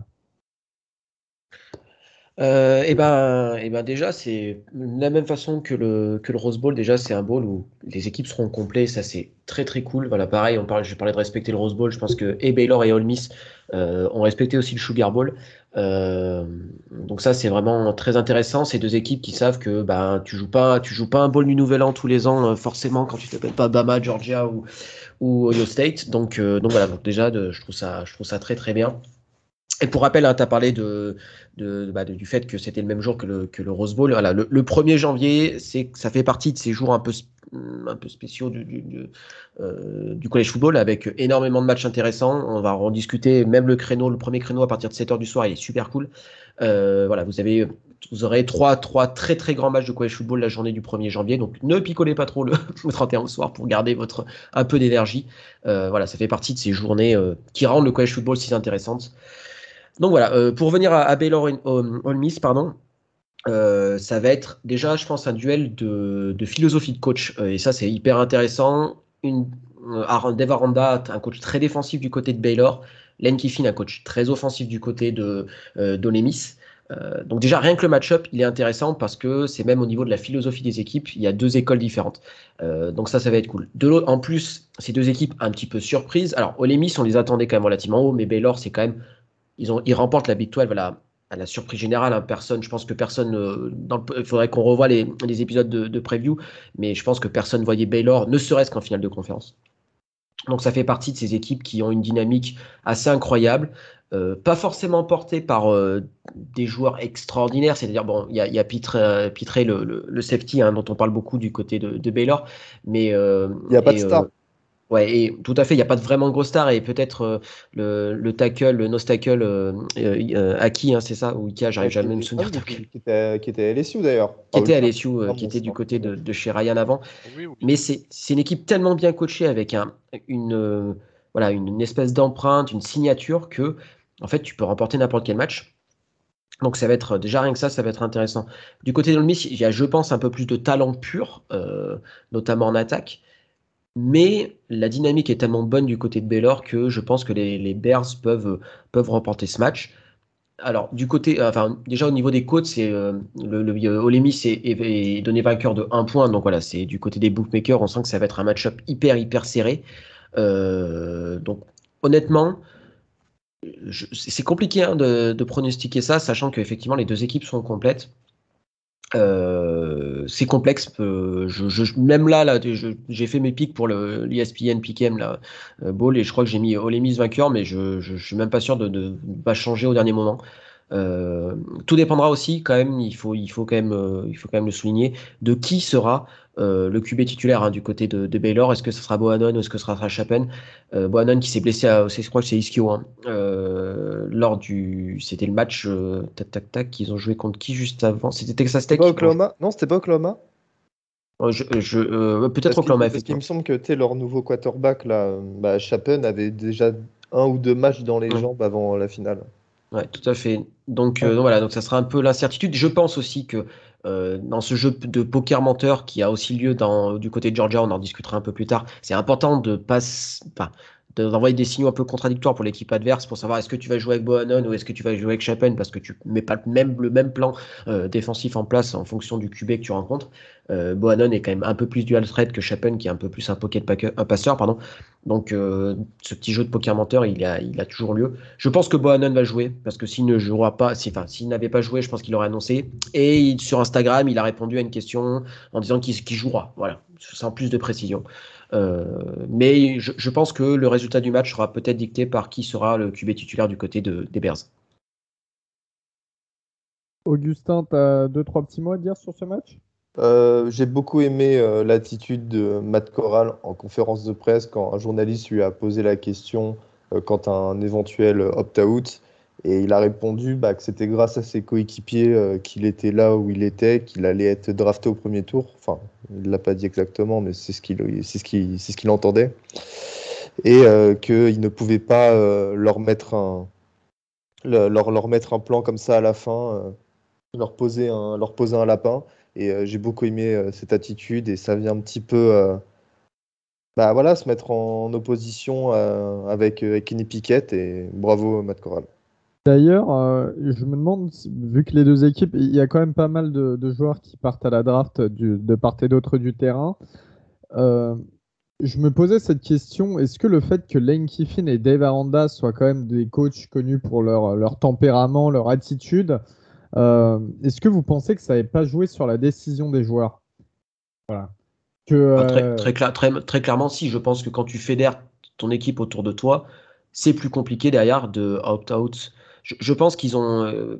Déjà, c'est de la même façon que le Rose Bowl. Déjà, c'est un bowl où les équipes seront complets. Ça, c'est très très cool. Voilà, pareil, je parlais de respecter le Rose Bowl. Je pense que et Baylor et Ole Miss ont respecté aussi le Sugar Bowl. Donc ça, c'est vraiment très intéressant. Ces deux équipes qui savent que tu joues pas un bowl du Nouvel An tous les ans forcément quand tu t'appelles pas Bama, Georgia ou Ohio State. Donc voilà. Donc déjà, je trouve ça très très bien. Et pour rappel, hein, tu as parlé du fait que c'était le même jour que le Rose Bowl. Voilà, le 1er janvier, ça fait partie de ces jours un peu spéciaux du college football avec énormément de matchs intéressants. On va en discuter, même le premier créneau à partir de 7h du soir, il est super cool. Voilà, vous aurez trois très très grands matchs de college football la journée du 1er janvier. Donc ne picolez pas trop le 31 au soir pour garder un peu d'énergie. Voilà, ça fait partie de ces journées qui rendent le college football si intéressante. Donc voilà, pour revenir à Baylor Ole Miss, pardon, ça va être déjà, je pense, un duel de philosophie de coach. Et ça, c'est hyper intéressant. Dave Aranda, un coach très défensif du côté de Baylor. Lane Kiffin, un coach très offensif du côté d'Ole Miss. Donc déjà, rien que le match-up, il est intéressant parce que c'est même au niveau de la philosophie des équipes, il y a deux écoles différentes. Donc ça va être cool. De l'autre, en plus, ces deux équipes un petit peu surprises. Alors, Ole Miss, on les attendait quand même relativement haut, mais Baylor, c'est quand même ils remportent la Big 12 à la surprise générale. Hein. Je pense que personne. Il faudrait qu'on revoie les épisodes de preview, mais je pense que personne voyait Baylor, ne serait-ce qu'en finale de conférence. Donc ça fait partie de ces équipes qui ont une dynamique assez incroyable, pas forcément portée par des joueurs extraordinaires. C'est-à-dire, bon, il y a Pitré, le safety, hein, dont on parle beaucoup du côté de Baylor, mais il n'y a pas de star. Ouais, et tout à fait, il n'y a pas vraiment de gros stars et peut-être le tackle, le nose tackle Aki, hein, c'est ça, ou Ika, j'arrive jamais à me souvenir. Qui était à LSU d'ailleurs. Qui était à LSU, qui était du côté de chez Ryan avant. Oui. Mais c'est une équipe tellement bien coachée avec une espèce d'empreinte, une signature que en fait tu peux remporter n'importe quel match. Donc ça va être déjà rien que ça va être intéressant. Du côté de Ole Miss, il y a, je pense, un peu plus de talent pur, notamment en attaque. Mais la dynamique est tellement bonne du côté de Baylor que je pense que les Bears peuvent remporter ce match. Alors, déjà au niveau des cotes, c'est Ole Miss est donné vainqueur de 1 point. Donc voilà, c'est du côté des bookmakers, on sent que ça va être un match-up hyper serré. Donc honnêtement, c'est compliqué hein, de pronostiquer ça, sachant qu'effectivement les deux équipes sont complètes. C'est complexe. Même là, j'ai fait mes pics pour l'ESPN Pick'em Ball et je crois que j'ai mis Ole Miss vainqueur, mais je suis même pas sûr de ne pas changer au dernier moment. Tout dépendra aussi quand même. Il faut quand même le souligner de qui sera le QB titulaire hein, du côté de Baylor. Est-ce que ce sera Bohannon ou est-ce que ce sera Shapen? Bohannon qui s'est blessé, je crois que c'est Ischio. Hein, c'était le match tac. Ils ont joué contre qui juste avant? C'était Texas Tech. Pas Oklahoma? Non, c'était pas Oklahoma. Peut-être Oklahoma. Parce qu'il me semble que leur nouveau quarterback là, Shapen avait déjà 1 ou 2 matchs dans les jambes avant la finale. Ouais, tout à fait. Donc voilà, donc ça sera un peu l'incertitude. Je pense aussi que dans ce jeu de poker menteur qui a aussi lieu du côté de Georgia, on en discutera un peu plus tard, c'est important d'envoyer des signaux un peu contradictoires pour l'équipe adverse pour savoir est-ce que tu vas jouer avec Bohannon ou est-ce que tu vas jouer avec Shapen parce que tu mets pas le même plan défensif en place en fonction du QB que tu rencontres. Bohannon est quand même un peu plus dual threat que Shapen qui est un peu plus un passeur, pardon. Donc ce petit jeu de poker menteur, il a toujours lieu. Je pense que Bohannon va jouer parce que s'il ne jouera pas, s'il n'avait pas joué, je pense qu'il aurait annoncé. Et sur Instagram, il a répondu à une question en disant qu'il jouera. Voilà, sans plus de précision. Mais je pense que le résultat du match sera peut-être dicté par qui sera le QB titulaire du côté des Bears. Augustin, tu as 2-3 petits mots à dire sur ce match? J'ai beaucoup aimé l'attitude de Matt Corral en conférence de presse quand un journaliste lui a posé la question quant à un éventuel opt-out. Et il a répondu que c'était grâce à ses coéquipiers qu'il était là où il était, qu'il allait être drafté au premier tour. Enfin, il ne l'a pas dit exactement, mais c'est ce qu'il entendait. Et qu'il ne pouvait pas leur mettre un plan comme ça à la fin, leur poser un lapin. Et j'ai beaucoup aimé cette attitude et ça vient un petit peu voilà, se mettre en opposition avec Kenny Pickett et bravo Matt Corral. D'ailleurs, je me demande, vu que les deux équipes, il y a quand même pas mal de joueurs qui partent à la draft de part et d'autre du terrain. Euh, je me posais cette question, est-ce que le fait que Lane Kiffin et Dave Aranda soient quand même des coachs connus pour leur tempérament, leur attitude, est-ce que vous pensez que ça n'avait pas joué sur la décision des joueurs? Voilà. Très clairement, si. Je pense que quand tu fédères ton équipe autour de toi, c'est plus compliqué derrière de opt-out. Je pense qu'ils ont.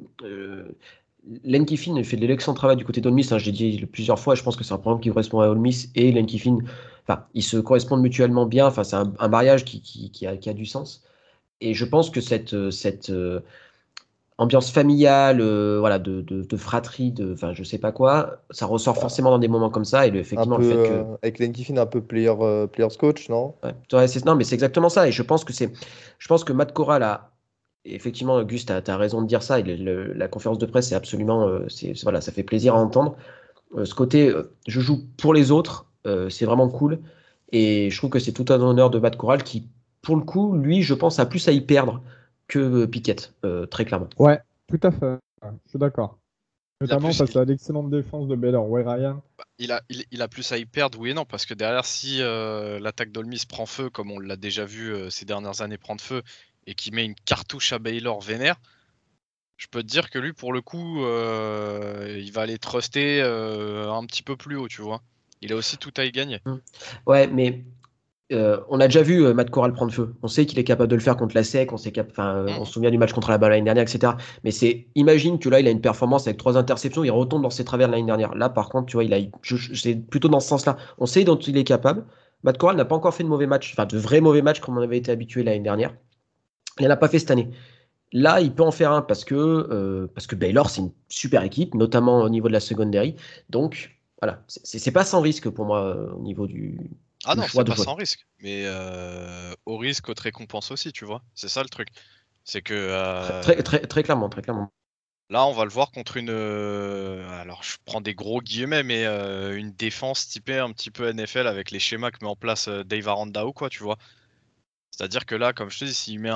Lane Kiffin fait de l'excellent travail du côté d'Ole Miss, hein, je l'ai dit plusieurs fois. Je pense que c'est un programme qui correspond à Ole Miss et Lane Kiffin. Enfin, ils se correspondent mutuellement bien. Enfin, c'est un mariage qui a du sens. Et je pense que cette ambiance familiale, voilà, de fratrie, enfin, je sais pas quoi, ça ressort forcément dans des moments comme ça. Et Un effectivement, le peu fait que avec Lane Kiffin, un peu players coach, non? ouais. Ouais, non, mais c'est exactement ça. Et je pense que Matt Corral a, et effectivement, Gus, tu as raison de dire ça. La conférence de presse, c'est absolument, voilà, ça fait plaisir à entendre. Ce côté, je joue pour les autres, c'est vraiment cool. Et je trouve que c'est tout un honneur de Matt Corral qui, pour le coup, lui, je pense, a plus à y perdre que Pickett, très clairement. Ouais, tout à fait. Ouais, je suis d'accord. Il a Notamment plus, face à l'excellente défense de Baylor. Ouais, Ryan. il a plus à y perdre, oui et non, parce que derrière, si l'attaque d'Ole Miss prend feu, comme on l'a déjà vu ces dernières années prendre feu, et qui met une cartouche à Baylor vénère, je peux te dire que lui, pour le coup, il va aller truster un petit peu plus haut, tu vois. Il a aussi tout à y gagner. Ouais, mais on a déjà vu Matt Corral prendre feu. On sait qu'il est capable de le faire contre la SEC. On se souvient du match contre la balle l'année dernière, etc. Mais imagine que là, il a une performance avec 3 interceptions, il retombe dans ses travers de l'année dernière. Là, par contre, tu vois, c'est plutôt dans ce sens-là. On sait dont il est capable. Matt Corral n'a pas encore fait de mauvais matchs, enfin de vrais mauvais matchs comme on avait été habitué l'année dernière. Il n'en a pas fait cette année. Là, il peut en faire un parce que Baylor, c'est une super équipe, notamment au niveau de la secondary. Donc, voilà, c'est pas sans risque pour moi au niveau Ah du non, choix c'est de pas jouer. sans risque, mais au risque, haute récompense aussi, tu vois. C'est ça le truc. C'est que Très clairement, très clairement. là, on va le voir contre une. Alors, je prends des gros guillemets, mais une défense typée un petit peu NFL avec les schémas que met en place Dave Aranda ou quoi, tu vois. C'est-à-dire que là, comme je te dis,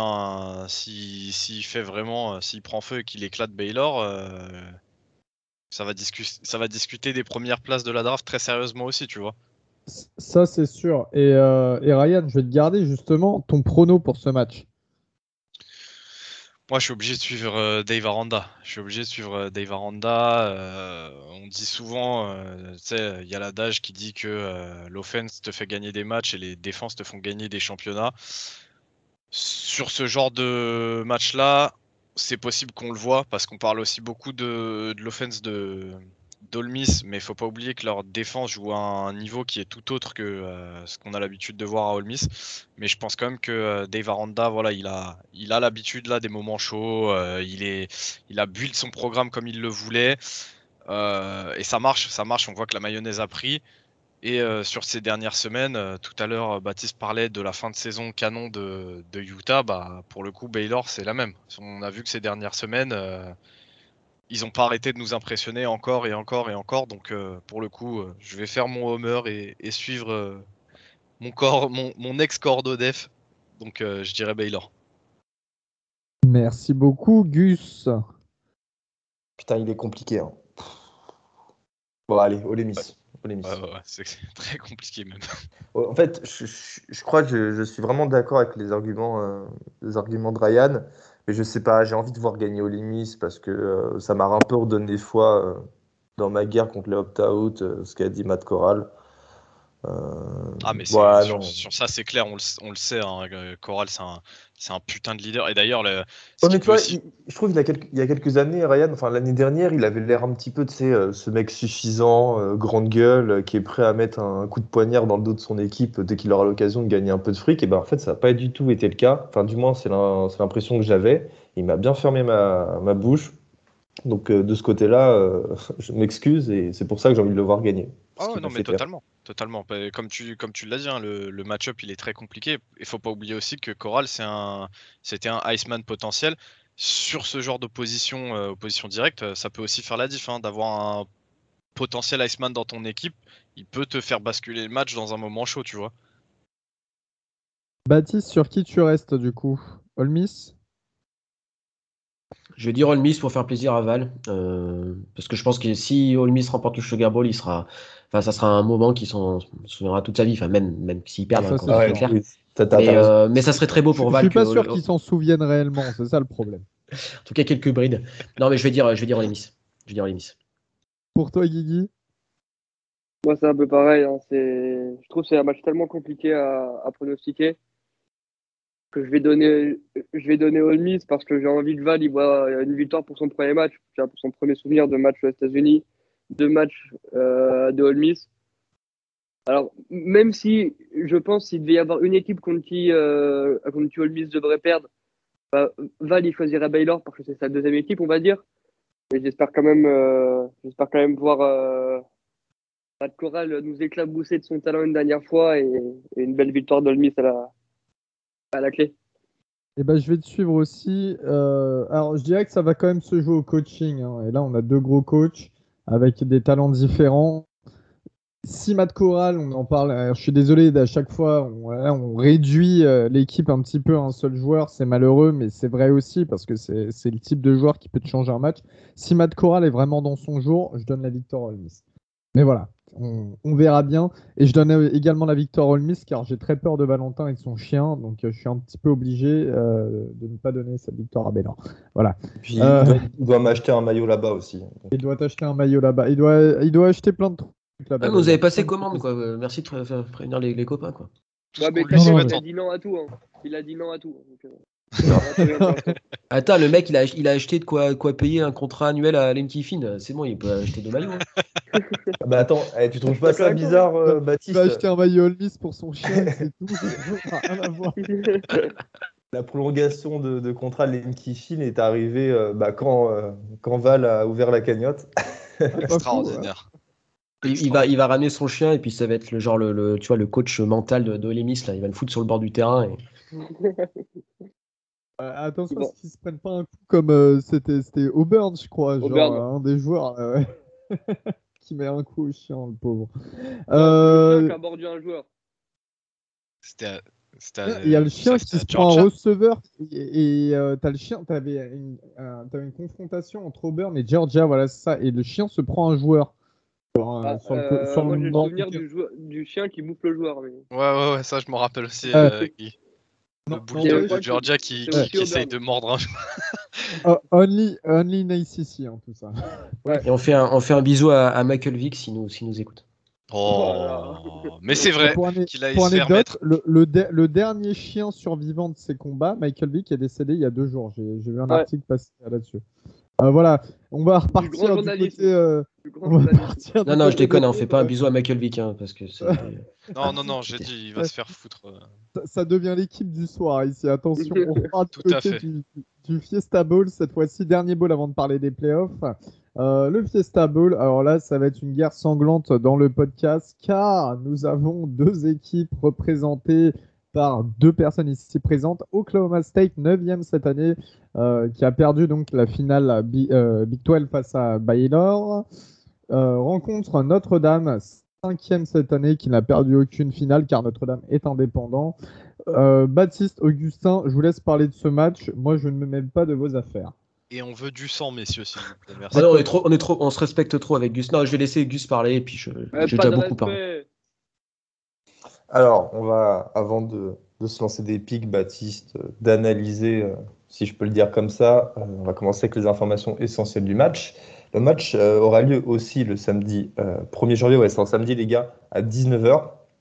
s'il fait vraiment, s'il prend feu et qu'il éclate Baylor, ça va discuter des premières places de la draft très sérieusement aussi, tu vois. Ça, c'est sûr. Et Ryan, je vais te garder justement ton prono pour ce match. Moi, je suis obligé de suivre Dave Aranda. Je suis obligé de suivre Dave Aranda. On dit souvent, tu sais, il y a l'adage qui dit que l'offense te fait gagner des matchs et les défenses te font gagner des championnats. Sur ce genre de match-là, c'est possible qu'on le voit parce qu'on parle aussi beaucoup de l'offense d'Ole Miss, mais il faut pas oublier que leur défense joue à un niveau qui est tout autre que ce qu'on a l'habitude de voir à Ole Miss. Mais je pense quand même que Dave Aranda, voilà, il a l'habitude là des moments chauds. Il a build son programme comme il le voulait et ça marche, ça marche. On voit que la mayonnaise a pris. Et sur ces dernières semaines, tout à l'heure, Baptiste parlait de la fin de saison canon de Utah. Bah, pour le coup, Baylor, c'est la même. On a vu que ces dernières semaines, ils n'ont pas arrêté de nous impressionner encore et encore et encore. Donc, pour le coup, je vais faire mon homer et suivre mon ex-corps d'Odef. Donc, je dirais Baylor. Merci beaucoup, Gus. Putain, il est compliqué, hein. Bon, allez, Ole Ouais, Miss. Ole Miss. ouais, c'est très compliqué même. En fait, je crois que je suis vraiment d'accord avec les arguments de Ryan, mais je sais pas, j'ai envie de voir gagner Ole Miss parce que ça m'a un peu redonné foi dans ma guerre contre les opt-out, ce qu'a dit Matt Corral. Ah, mais Ouais, non. sur ça, c'est clair, on le sait. Hein, Corral, c'est un putain de leader. Et d'ailleurs, ce Ouais, qui mais tu peut vois, aussi. je trouve il y a quelques années, Ryan, enfin l'année dernière, il avait l'air un petit peu, tu sais, ce mec suffisant, grande gueule, qui est prêt à mettre un coup de poignard dans le dos de son équipe dès qu'il aura l'occasion de gagner un peu de fric. Et ben en fait, ça n'a pas du tout été le cas. Enfin, du moins, c'est l'impression que j'avais. Il m'a bien fermé ma bouche. Donc de ce côté-là, je m'excuse et c'est pour ça que j'ai envie de le voir gagner. Parce Ah ouais, qu'il non, m'a mais fait peur. totalement. Totalement. Bah, comme tu l'as dit, hein, le match-up, il est très compliqué. Il faut pas oublier aussi que Corral, c'était un Iceman potentiel. Sur ce genre d'opposition, opposition directe, ça peut aussi faire la diff, hein, d'avoir un potentiel Iceman dans ton équipe. Il peut te faire basculer le match dans un moment chaud, tu vois. Baptiste, sur qui tu restes du coup? Olmis? Je vais dire Ole Miss pour faire plaisir à Val, parce que je pense que si Ole Miss remporte le Sugar Bowl, ça sera un moment qui s'en souviendra toute sa vie, enfin même s'ils Ah, perdent, hein, ça quand c'est Ah c'est ouais, sûr. très clair. oui, t'as raison. Mais ça serait très beau pour Je Val suis que, pas sûr qu'ils s'en souviennent réellement, c'est ça le problème. en tout cas quelques brides. Non, mais je vais dire Ole Miss. Je vais dire Ole Miss. Pour toi, Guigui? Moi, c'est un peu pareil. Hein. Je trouve que c'est un match tellement compliqué à pronostiquer que je vais donner Ole Miss parce que j'ai envie que Val il voit une victoire pour son premier match, tu vois, pour son premier souvenir de match aux États-Unis, de match de Ole Miss. Alors, même si je pense qu'il devait y avoir une équipe contre qui Ole Miss devrait perdre, Val il choisirait Baylor parce que c'est sa deuxième équipe, on va dire. Et j'espère quand même voir Matt Corral nous éclabousser de son talent une dernière fois et une belle victoire d'Ole Miss à la clé. Eh ben, je vais te suivre aussi. Alors, je dirais que ça va quand même se jouer au coaching, hein. Et là, on a deux gros coachs avec des talents différents. Si Matt Corral, on en parle, alors, je suis désolé, à chaque fois, on réduit l'équipe un petit peu à un seul joueur. C'est malheureux, mais c'est vrai aussi parce que c'est le type de joueur qui peut te changer un match. Si Matt Corral est vraiment dans son jour, je donne la victoire à Ole Miss. Mais voilà, on verra bien. Et je donne également la victoire à Ole Miss car j'ai très peur de Valentin et de son chien. Donc je suis un petit peu obligé de ne pas donner cette victoire à Bélan. Voilà. Et puis Euh, il doit m'acheter un maillot là-bas aussi. il doit acheter un maillot là-bas. Il doit acheter plein de trucs Ah, là-bas. mais vous avez d'ailleurs. passé Plein de commande, trucs. quoi. Merci de prévenir les copains, quoi. Tout Ouais, ce mais qu'on lui Non, non, t'inquiète, souhaite il a en dit non à tout. Hein. Il a dit non à tout. Donc, il aura tout rien pour l'instant. Attends, le mec, il a acheté de quoi payer un contrat annuel à Lane Kiffin. C'est bon, il peut acheter deux maillots, hein. Ah bah attends, tu trouves pas D'accord ça avec toi, bizarre, Il va Baptiste? acheter un maillot Ole Miss pour son chien et c'est tout. Ça n'a rien à voir. La prolongation de contrat de Lane Kiffin est arrivée quand Val a ouvert la cagnotte. Ah, pas fou, ouais. extraordinaire. Il va ramener son chien et puis ça va être tu vois, le coach mental de Ole Miss, là. Il va le foutre sur le bord du terrain. Attention à Bon. ce qu'ils se prennent pas un coup comme c'était Auburn, je crois, genre Auburn. un des joueurs ouais, qui met un coup au chien, le pauvre. C'est le chien qui Euh, a mordu un joueur. C'était Il y a le chien qui se prend un Georgia. receveur et t'as le chien, t'avais une confrontation entre Auburn et Georgia, voilà c'est ça, et le chien se prend un joueur sur Moi, le j'ai le bord souvenir du du chien qui bouffe le joueur. Mais... Ouais, ça je m'en rappelle aussi. Guy. Le non, bulldog n'empêche, de Georgia qui c'est aussi essaye Auburn. de mordre un. only nice ici, hein, tout ça. Et on fait un bisou à Michael Vick s'il nous écoute. Oh, mais c'est vrai qu'il aille Pour se faire anecdote, mettre. le dernier chien survivant de ces combats, Michael Vick, est décédé il y a 2 jours. J'ai vu un Ouais. article passer là-dessus. Voilà, on va grand repartir du journalisme. côté. Du grand On va journalisme. partir du Non, je côté déconne, des on fait pas un Bulls. bisou à Michael Vick, hein, parce que c'est. Non, j'ai dit, il va se faire foutre. Ça devient l'équipe du soir ici. Attention, on part du Tout à côté fait. du Fiesta Bowl, cette fois-ci, dernier bowl avant de parler des playoffs. Le Fiesta Bowl, alors là, ça va être une guerre sanglante dans le podcast car nous avons 2 équipes représentées par 2 personnes ici présentes. Oklahoma State, 9e cette année, qui a perdu donc la finale Big 12 face à Baylor. Rencontre Notre-Dame, 5e cette année, qui n'a perdu aucune finale car Notre-Dame est indépendant. Baptiste, Augustin, je vous laisse parler de ce match. Moi, je ne me mêle pas de vos affaires. Et on veut du sang, messieurs, s'il vous plaît. Merci. Ah non, on se respecte trop avec Gus. Non, je vais laisser Gus parler et puis j'ai Pas déjà de beaucoup parlé. respect. Alors, on va, avant de se lancer des pics, Baptiste, d'analyser, si je peux le dire comme ça, on va commencer avec les informations essentielles du match. Le match aura lieu aussi le samedi 1er janvier, ouais, c'est un samedi les gars, à 19h.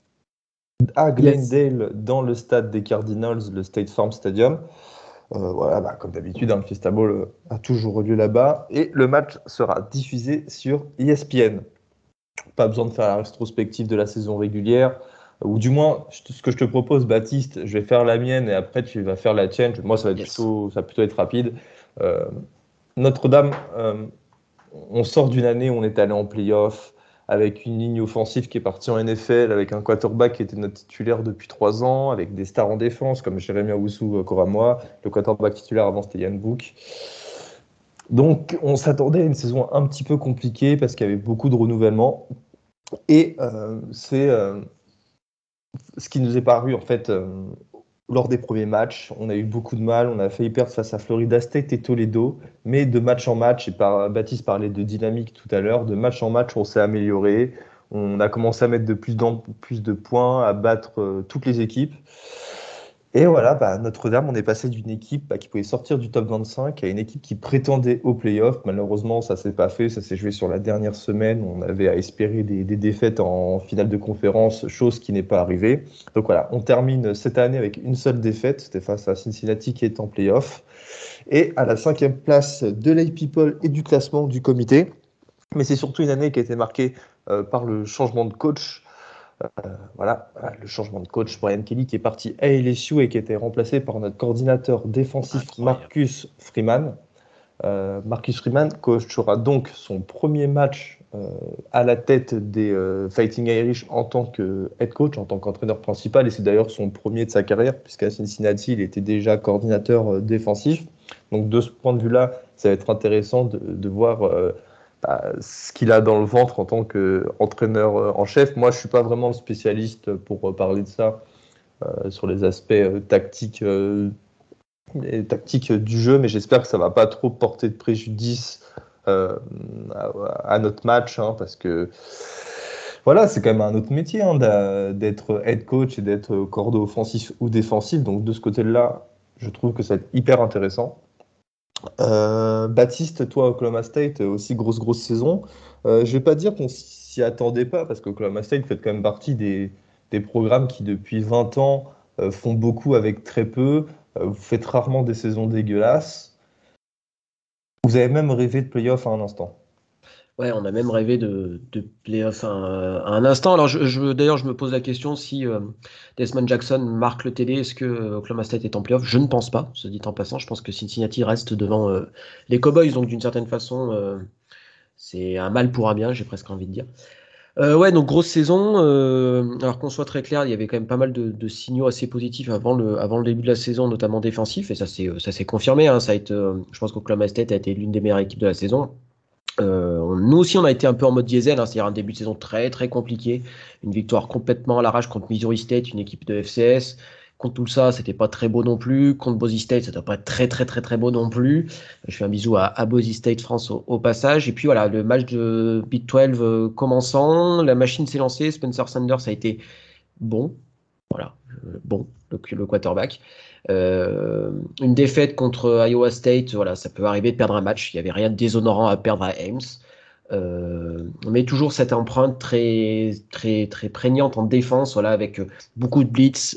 à Yes. Glendale, dans le stade des Cardinals, le State Farm Stadium. Voilà, comme d'habitude, le Fiesta Bowl a toujours lieu là-bas. Et le match sera diffusé sur ESPN. Pas besoin de faire la rétrospective de la saison régulière. Ou du moins, ce que je te propose, Baptiste, je vais faire la mienne et après tu vas faire la tienne. Moi, ça va plutôt être rapide. Notre-Dame, on sort d'une année où on est allé en play-off avec une ligne offensive qui est partie en NFL, avec un quarterback qui était notre titulaire depuis 3 ans, avec des stars en défense comme Jeremy Owusu-Koramoah. Le quarterback titulaire avant, c'était Ian Book. Donc, on s'attendait à une saison un petit peu compliquée parce qu'il y avait beaucoup de renouvellement. Et c'est ce qui nous est paru, en fait, lors des premiers matchs. On a eu beaucoup de mal. On a failli perdre face à Florida State et Toledo. Mais de match en match, et Baptiste parlait de dynamique tout à l'heure, de match en match, on s'est amélioré. On a commencé à mettre de plus de points, à battre toutes les équipes. Et voilà, Notre-Dame, on est passé d'une équipe qui pouvait sortir du top 25 à une équipe qui prétendait au play-off. Malheureusement, ça ne s'est pas fait. Ça s'est joué sur la dernière semaine. On avait à espérer des défaites en finale de conférence, chose qui n'est pas arrivée. Donc voilà, on termine cette année avec une seule défaite. C'était face à Cincinnati qui est en play-off. Et à la 5e place de l'A People et du classement du comité. Mais c'est surtout une année qui a été marquée par le changement de coach. Le changement de coach, Brian Kelly qui est parti à LSU et qui a été remplacé par notre coordinateur défensif Marcus Freeman. Marcus Freeman coachera donc son premier match à la tête des Fighting Irish en tant que head coach, en tant qu'entraîneur principal, et c'est d'ailleurs son premier de sa carrière, puisqu'à Cincinnati, il était déjà coordinateur défensif. Donc de ce point de vue-là, ça va être intéressant de voir ce qu'il a dans le ventre en tant qu'entraîneur en chef. Moi, je ne suis pas vraiment le spécialiste pour parler de ça sur les aspects tactiques du jeu, mais j'espère que ça ne va pas trop porter de préjudice à notre match, parce que voilà, c'est quand même un autre métier d'être head coach et d'être cordeau offensif ou défensif. Donc de ce côté-là, je trouve que ça va être hyper intéressant. Baptiste, toi, Oklahoma State, aussi grosse saison. Je vais pas dire qu'on s'y attendait pas, parce qu'Oklahoma State fait quand même partie des programmes qui, depuis 20 ans, font beaucoup avec très peu. Vous faites rarement des saisons dégueulasses. Vous avez même rêvé de playoff à un instant. Ouais, on a même rêvé de playoff à un instant. Alors, d'ailleurs, je me pose la question si Desmond Jackson marque le TD, est-ce que Oklahoma State est en playoff? Je ne pense pas, se dit en passant. Je pense que Cincinnati reste devant les Cowboys, donc d'une certaine façon, c'est un mal pour un bien, j'ai presque envie de dire. Ouais, donc grosse saison. Alors qu'on soit très clair, il y avait quand même pas mal de signaux assez positifs avant le début de la saison, notamment défensif, et ça s'est confirmé. Ça a été, je pense qu'Oklahoma State a été l'une des meilleures équipes de la saison. Nous aussi, on a été un peu en mode diesel, c'est-à-dire un début de saison très très compliqué, une victoire complètement à l'arrache contre Missouri State, une équipe de FCS. Contre tout ça, c'était pas très beau non plus. Contre Boise State, ça doit pas être très très très très beau non plus. Je fais un bisou à Boise State France au passage. Et puis voilà, le match de Big 12 commençant, la machine s'est lancée. Spencer Sanders a été bon, voilà, bon, le quarterback. Une défaite contre Iowa State, voilà, ça peut arriver de perdre un match. Il n'y avait rien de déshonorant à perdre à Ames. Mais toujours cette empreinte très, très, très prégnante en défense, voilà, avec beaucoup de blitz,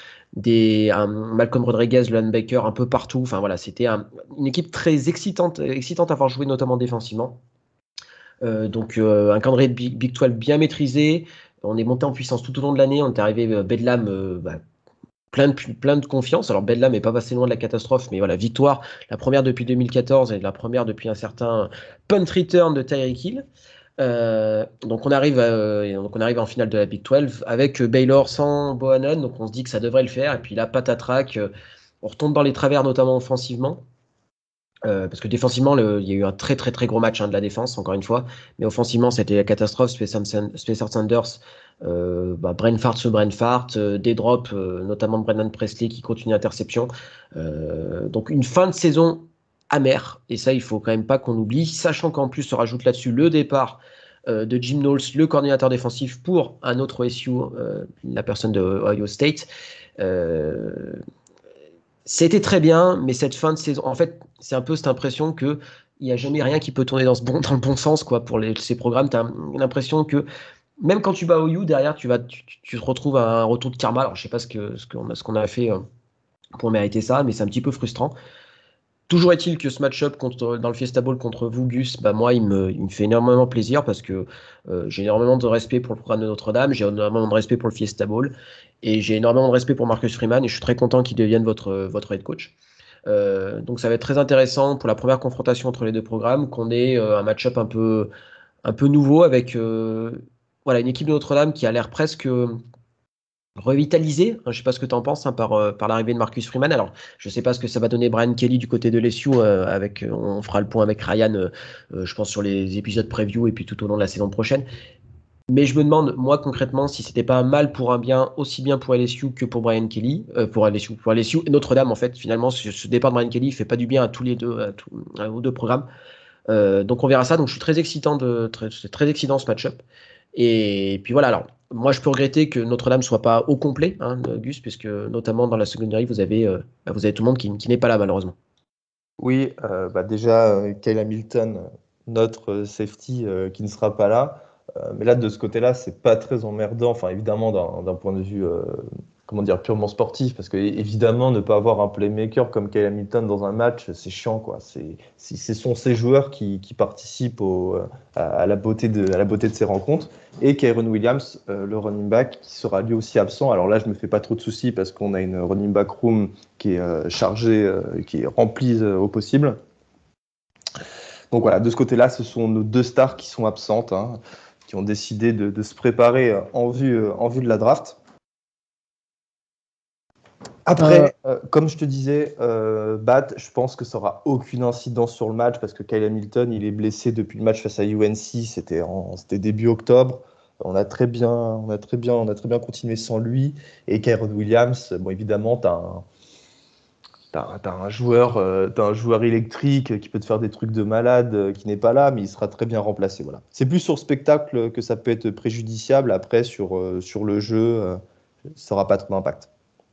Malcolm Rodriguez, le linebacker un peu partout. Enfin voilà, c'était une équipe très excitante à avoir joué, notamment défensivement. Donc un calendrier de Big 12 bien maîtrisé. On est monté en puissance tout au long de l'année. On est arrivé Bedlam plein de confiance. Alors Bedlam n'est pas passé loin de la catastrophe, mais voilà, victoire, la première depuis 2014 et la première depuis un certain punt return de Tyreek Hill. Donc on arrive en finale de la Big 12 avec Baylor sans Bohannon, donc on se dit que ça devrait le faire. Et puis là, patatrac, on retombe dans les travers, notamment offensivement. Parce que défensivement, il y a eu un très très très gros match de la défense, encore une fois, mais offensivement, c'était la catastrophe. Spencer Sanders, brain fart sur brain fart, des drops, notamment de Brendan Presley qui continue l'interception. Donc une fin de saison amère, et ça, il faut quand même pas qu'on oublie, sachant qu'en plus se rajoute là-dessus le départ de Jim Knowles, le coordinateur défensif pour un autre OSU, la personne de Ohio State. C'était très bien, mais cette fin de saison, en fait, c'est un peu cette impression que il n'y a jamais rien qui peut tourner dans le bon sens, quoi, pour ces programmes. Tu as l'impression que même quand tu bats OU, derrière, tu te retrouves à un retour de karma. Alors, je sais pas ce qu'on a fait pour mériter ça, mais c'est un petit peu frustrant. Toujours est-il que ce match-up dans le Fiesta Bowl contre vous, Gus, bah moi, il me fait énormément plaisir parce que j'ai énormément de respect pour le programme de Notre-Dame, j'ai énormément de respect pour le Fiesta Bowl et j'ai énormément de respect pour Marcus Freeman et je suis très content qu'il devienne votre head coach. Donc ça va être très intéressant pour la première confrontation entre les deux programmes qu'on ait un match-up un peu nouveau avec voilà, une équipe de Notre-Dame qui a l'air presque revitalisée. Je ne sais pas ce que tu en penses par l'arrivée de Marcus Freeman. Alors, je ne sais pas ce que ça va donner Brian Kelly du côté de LSU. On fera le point avec Ryan, je pense, sur les épisodes preview et puis tout au long de la saison prochaine. Mais je me demande, moi, concrètement, si c'était pas un mal pour un bien, aussi bien pour LSU que pour Brian Kelly, pour LSU et Notre-Dame, en fait, finalement, ce départ de Brian Kelly ne fait pas du bien à tous les deux, aux deux programmes. Donc on verra ça. Donc je suis très très excitant ce match-up. Et puis voilà. Alors moi je peux regretter que Notre-Dame soit pas au complet, Gus, puisque notamment dans la secondary vous avez tout le monde qui n'est pas là malheureusement. Oui, déjà, Kyle Hamilton, notre safety, qui ne sera pas là. Mais là, de ce côté-là, c'est pas très emmerdant. Enfin, évidemment, d'un point de vue, comment dire, purement sportif, parce que évidemment, ne pas avoir un playmaker comme Kyle Hamilton dans un match, c'est chiant, quoi. Ce sont ces joueurs qui participent à la beauté de ces rencontres. Et Kyren Williams, le running back, qui sera lui aussi absent. Alors là, je me fais pas trop de soucis parce qu'on a une running back room qui est chargée, qui est remplie au possible. Donc voilà, de ce côté-là, ce sont nos deux stars qui sont absentes, qui ont décidé de se préparer en vue de la draft. Après, comme je te disais, Bat, je pense que ça n'aura aucune incidence sur le match parce que Kyle Hamilton, il est blessé depuis le match face à UNC, c'était début octobre. On a très bien continué sans lui. Et Kyren Williams, bon, évidemment, t'as un joueur électrique qui peut te faire des trucs de malade, qui n'est pas là, mais il sera très bien remplacé. Voilà. C'est plus sur le spectacle que ça peut être préjudiciable. Après, sur le jeu, ça n'aura pas trop d'impact.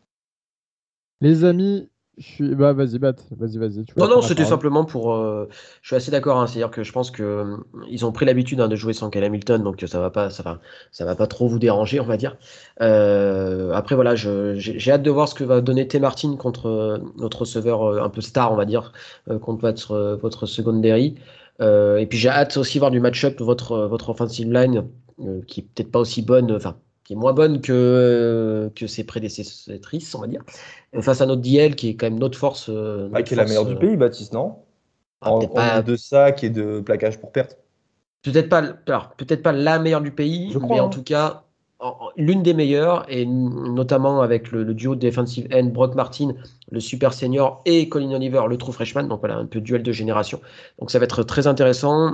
Les amis, vas-y, Bat. Vas-y. Non, c'était simplement pour. Je suis assez d'accord, c'est-à-dire que je pense que ils ont pris l'habitude de jouer sans Kyle Hamilton, donc ça va pas trop vous déranger, on va dire. Après voilà, j'ai hâte de voir ce que va donner T. Martin contre notre receveur un peu star, on va dire, contre votre secondary. Et puis j'ai hâte aussi de voir du match-up votre offensive line, qui est peut-être pas aussi bonne, enfin qui est moins bonne que ses prédécessrices, on va dire, face à notre DL qui est quand même notre force. Qui est la meilleure du pays, Baptiste, non? En nombre de sacs et de plaquages pour perte. Peut-être pas la meilleure du pays, mais en tout cas l'une des meilleures, et notamment avec le duo de defensive end Brock Martin, le super senior, et Colin Oliver, le true freshman. Donc voilà, un peu duel de génération. Donc ça va être très intéressant.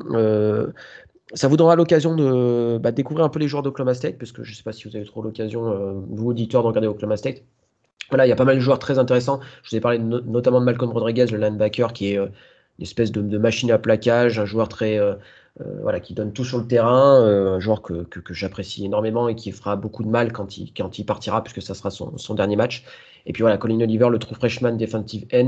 Ça vous donnera l'occasion de découvrir un peu les joueurs d'Oklahoma State, parce que je ne sais pas si vous avez trop l'occasion, vous auditeurs, de regarder Oklahoma State. Voilà, il y a pas mal de joueurs très intéressants. Je vous ai parlé notamment de Malcolm Rodriguez, le linebacker, qui est une espèce de machine à plaquage, un joueur très qui donne tout sur le terrain, un joueur que j'apprécie énormément et qui fera beaucoup de mal quand il partira, puisque ça sera son dernier match. Et puis voilà, Colin Oliver, le true freshman defensive end.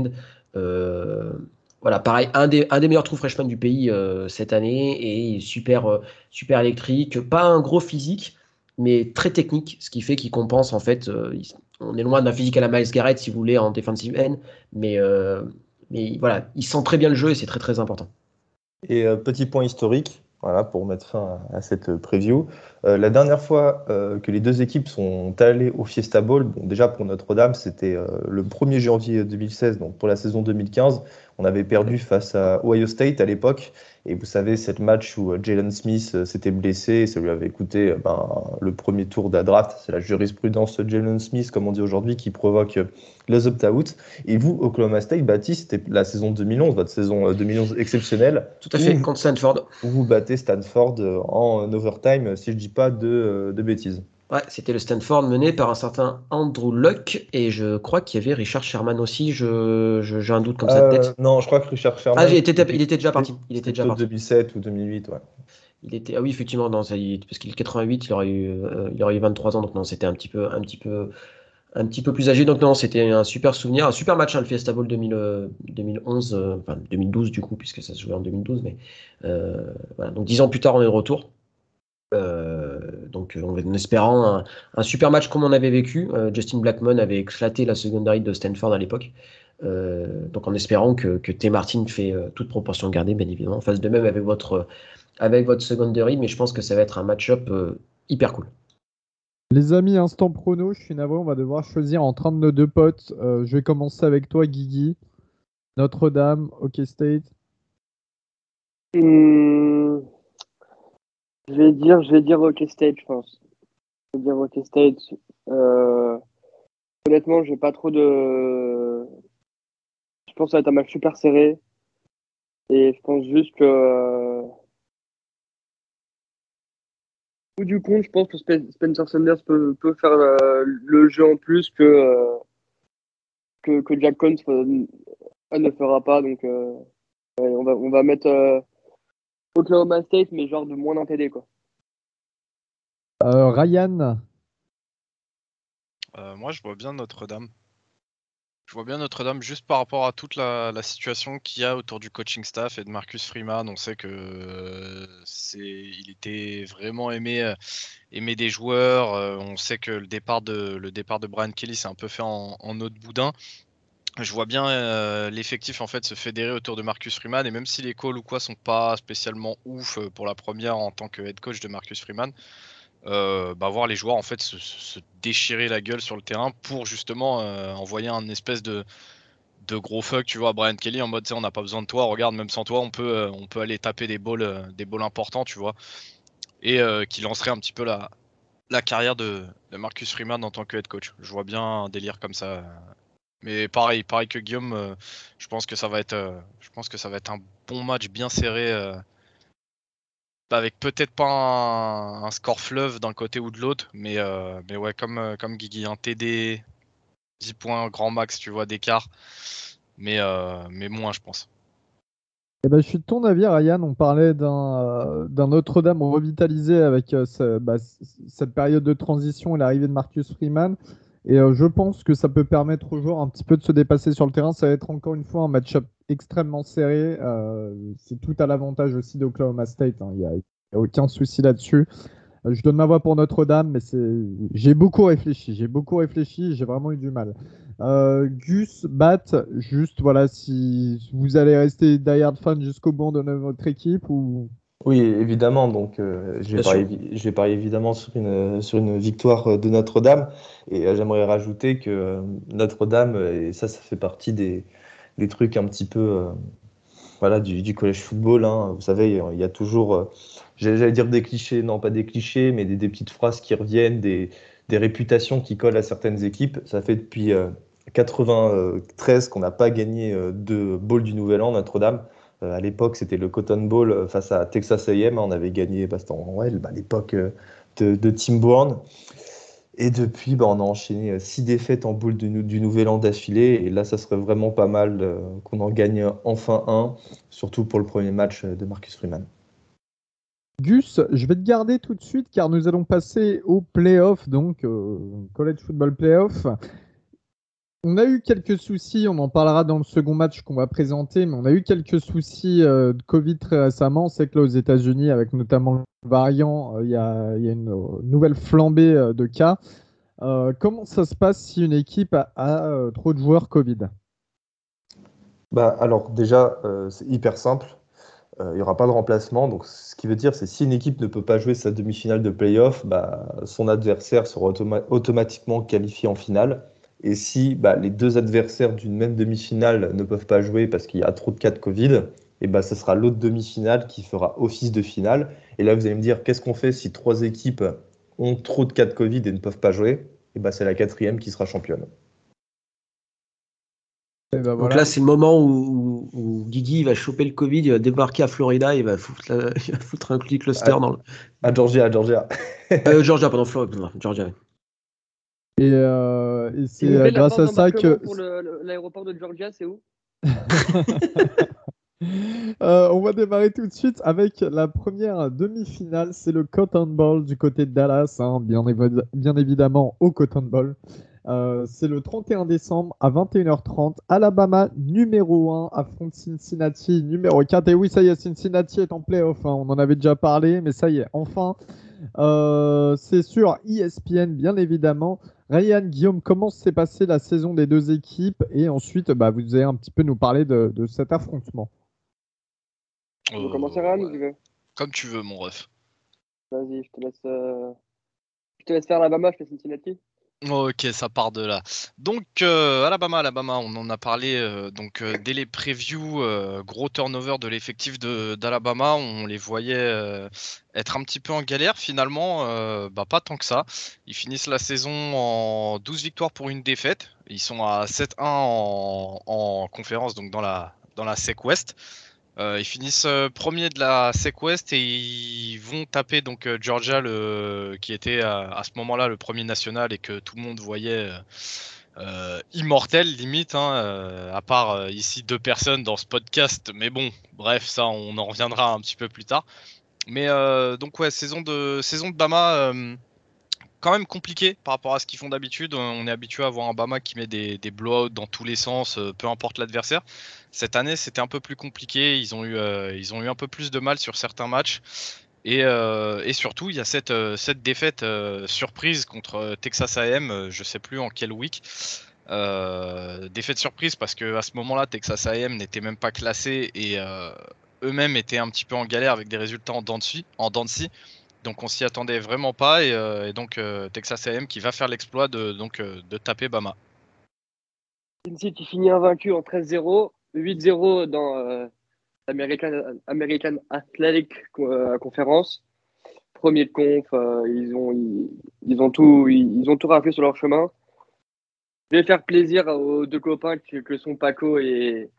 Voilà, pareil, un des meilleurs true freshmen du pays cette année, et super électrique, pas un gros physique, mais très technique, ce qui fait qu'il compense en fait. On est loin d'un physique à la Myles Garrett, si vous voulez, en defensive end, mais voilà, il sent très bien le jeu et c'est très très important. Et petit point historique, voilà, pour mettre fin à cette preview. La dernière fois que les deux équipes sont allées au Fiesta Bowl, bon, déjà pour Notre-Dame, c'était le 1er janvier 2016, donc pour la saison 2015. On avait perdu face à Ohio State à l'époque. Et vous savez, cette match où Jalen Smith s'était blessé, et ça lui avait coûté le premier tour de la draft. C'est la jurisprudence Jalen Smith, comme on dit aujourd'hui, qui provoque les opt-out. Et vous, Oklahoma State, Baptiste, c'était la saison 2011, votre saison 2011 exceptionnelle. Tout à fait, contre Stanford. Où vous battez Stanford en overtime, si je ne dis pas de bêtises. Ouais, c'était le Stanford mené par un certain Andrew Luck, et je crois qu'il y avait Richard Sherman aussi. J'ai un doute comme ça de tête. Non, je crois que Richard Sherman. Ah, il était déjà parti. Il était déjà parti. 2007 ou 2008, ouais. Oui, effectivement, non, parce qu'il est 88, il aurait eu 23 ans, donc non, c'était un petit peu plus âgé. Donc non, c'était un super souvenir, un super match, le Fiesta Bowl 2011, enfin 2012 du coup, puisque ça se jouait en 2012. Mais voilà, donc 10 ans plus tard, on est de retour. Donc en espérant un super match comme on avait vécu. Justin Blackmon avait éclaté la secondary de Stanford à l'époque. Donc en espérant que T. Martin fait toute proportion gardée, bien évidemment, en face de même avec votre secondary, mais je pense que ça va être un match-up hyper cool. Les amis, instant prono, je suis navré, on va devoir choisir entre un de nos deux potes. Je vais commencer avec toi, Guigui. Notre-Dame, OK State. Hmm, je vais dire OK State, je pense. Je vais dire OK State. Euh, Honnêtement, j'ai pas trop de. Je pense que ça va être un match super serré. Et je pense juste que, au bout du compte, je pense que Spencer Sanders peut faire le jeu en plus que Jack Cohn ne fera pas. Donc, ouais, on va mettre Oklahoma State, mais genre de moins d'un TD, quoi. Ryan. Moi, je vois bien Notre-Dame. Je vois bien Notre-Dame juste par rapport à toute la situation qu'il y a autour du coaching staff et de Marcus Freeman. On sait que il était vraiment aimé des joueurs. On sait que le départ de Brian Kelly s'est un peu fait en eau de boudin. Je vois bien l'effectif en fait se fédérer autour de Marcus Freeman, et même si les calls ou quoi sont pas spécialement ouf pour la première en tant que head coach de Marcus Freeman, voir les joueurs en fait se déchirer la gueule sur le terrain pour justement envoyer un espèce de gros fuck, tu vois, à Brian Kelly, en mode, tu sais, on n'a pas besoin de toi, regarde, même sans toi on peut aller taper des balls importants, tu vois, et qui lancerait un petit peu la carrière de Marcus Freeman en tant que head coach. Je vois bien un délire comme ça. Mais pareil que Guillaume, je pense que ça va être un bon match bien serré, avec peut-être pas un score fleuve d'un côté ou de l'autre, mais ouais, comme Guigui, un TD, 10 points grand max, tu vois, d'écart, mais moins, je pense. Eh ben, je suis de ton avis, Ryan. On parlait d'un Notre-Dame revitalisé avec cette période de transition et l'arrivée de Marcus Freeman. Et je pense que ça peut permettre aux joueurs un petit peu de se dépasser sur le terrain. Ça va être encore une fois un match-up extrêmement serré. C'est tout à l'avantage aussi d'Oklahoma State, hein. Il n'y a aucun souci là-dessus. Je donne ma voix pour Notre-Dame, mais j'ai beaucoup réfléchi. J'ai vraiment eu du mal. Gus, Bat, juste voilà, si vous allez rester die-hard fan jusqu'au bout de votre équipe ou. Oui, évidemment. Donc, Bien sûr. je vais parier évidemment sur une victoire de Notre-Dame. Et j'aimerais rajouter que Notre-Dame, et ça fait partie des trucs un petit peu voilà, du collège football, hein. Vous savez, il y a toujours, j'allais dire des clichés, non pas des clichés, mais des petites phrases qui reviennent, des réputations qui collent à certaines équipes. Ça fait depuis 93 qu'on n'a pas gagné de bowl du Nouvel An, Notre-Dame. À l'époque, c'était le Cotton Bowl face à Texas A&M. On avait gagné c'était à l'époque de Tim Brown. Et depuis, on a enchaîné 6 défaites en boule du Nouvel An d'affilée. Et là, ça serait vraiment pas mal qu'on en gagne enfin un, surtout pour le premier match de Marcus Freeman. Gus, je vais te garder tout de suite car nous allons passer au playoff, donc College Football Playoff. On a eu quelques soucis, on en parlera dans le second match qu'on va présenter, mais on a eu quelques soucis de Covid très récemment. On sait que là aux États-Unis, avec notamment le variant, il y a une nouvelle flambée de cas. Comment ça se passe si une équipe a trop de joueurs Covid? Alors déjà, c'est hyper simple. Il n'y aura pas de remplacement. Donc, ce qui veut dire, c'est si une équipe ne peut pas jouer sa demi-finale de playoff, son adversaire sera automatiquement qualifié en finale. Et si les deux adversaires d'une même demi-finale ne peuvent pas jouer parce qu'il y a trop de cas de Covid, et ce sera l'autre demi-finale qui fera office de finale. Et là, vous allez me dire, qu'est-ce qu'on fait si trois équipes ont trop de cas de Covid et ne peuvent pas jouer? Et c'est la quatrième qui sera championne. Et ben Donc voilà. là, c'est le moment où Guigui va choper le Covid, il va débarquer à Florida, il va foutre un cluster dans le. À Georgia. Georgia, pardon, Florida, Georgia. Et c'est grâce à ça que. Pour l'aéroport de Georgia, c'est où? On va démarrer tout de suite avec la première demi-finale. C'est le Cotton Bowl du côté de Dallas, hein, bien évidemment au Cotton Bowl. C'est le 31 décembre à 21h30. Alabama numéro 1 affronte Cincinnati numéro 4. Et oui, ça y est, Cincinnati est en playoff, hein. On en avait déjà parlé, mais ça y est, enfin. C'est sur ESPN, bien évidemment. Ryan, Guillaume, comment s'est passée la saison des deux équipes? Et ensuite, vous allez un petit peu nous parler de cet affrontement. On va commencer, Ryan, ou tu veux? Comme tu veux, mon ref. Vas-y, je te laisse faire Alabama, je fais Cincinnati. Ok, ça part de là. Donc, Alabama, on en a parlé dès les previews, gros turnover de l'effectif d'Alabama. On les voyait être un petit peu en galère. Finalement, pas tant que ça. Ils finissent la saison en 12 victoires pour une défaite. Ils sont à 7-1 en conférence, donc dans la SEC West. Ils finissent premier de la SEC West et ils vont taper donc Georgia, qui était à ce moment-là le premier national et que tout le monde voyait immortel limite, à part ici 2 personnes dans ce podcast. Mais bon, bref, ça on en reviendra un petit peu plus tard. Mais donc ouais, saison de Bama. Quand même compliqué par rapport à ce qu'ils font d'habitude. On est habitué à voir un Bama qui met des blowouts dans tous les sens, peu importe l'adversaire. Cette année, c'était un peu plus compliqué. Ils ont eu un peu plus de mal sur certains matchs. Et surtout, il y a cette défaite surprise contre Texas A&M, je sais plus en quel week. Défaite surprise parce que à ce moment-là, Texas A&M n'était même pas classé et eux-mêmes étaient un petit peu en galère avec des résultats en dents de scie. Donc on s'y attendait vraiment pas et donc Texas A&M qui va faire l'exploit de taper Bama. Cincy qui finit invaincu en 13-0, 8-0 dans American Athletic Conference. Premier de conf, ils ont tout raflé sur leur chemin. Je vais faire plaisir aux 2 copains que sont Paco et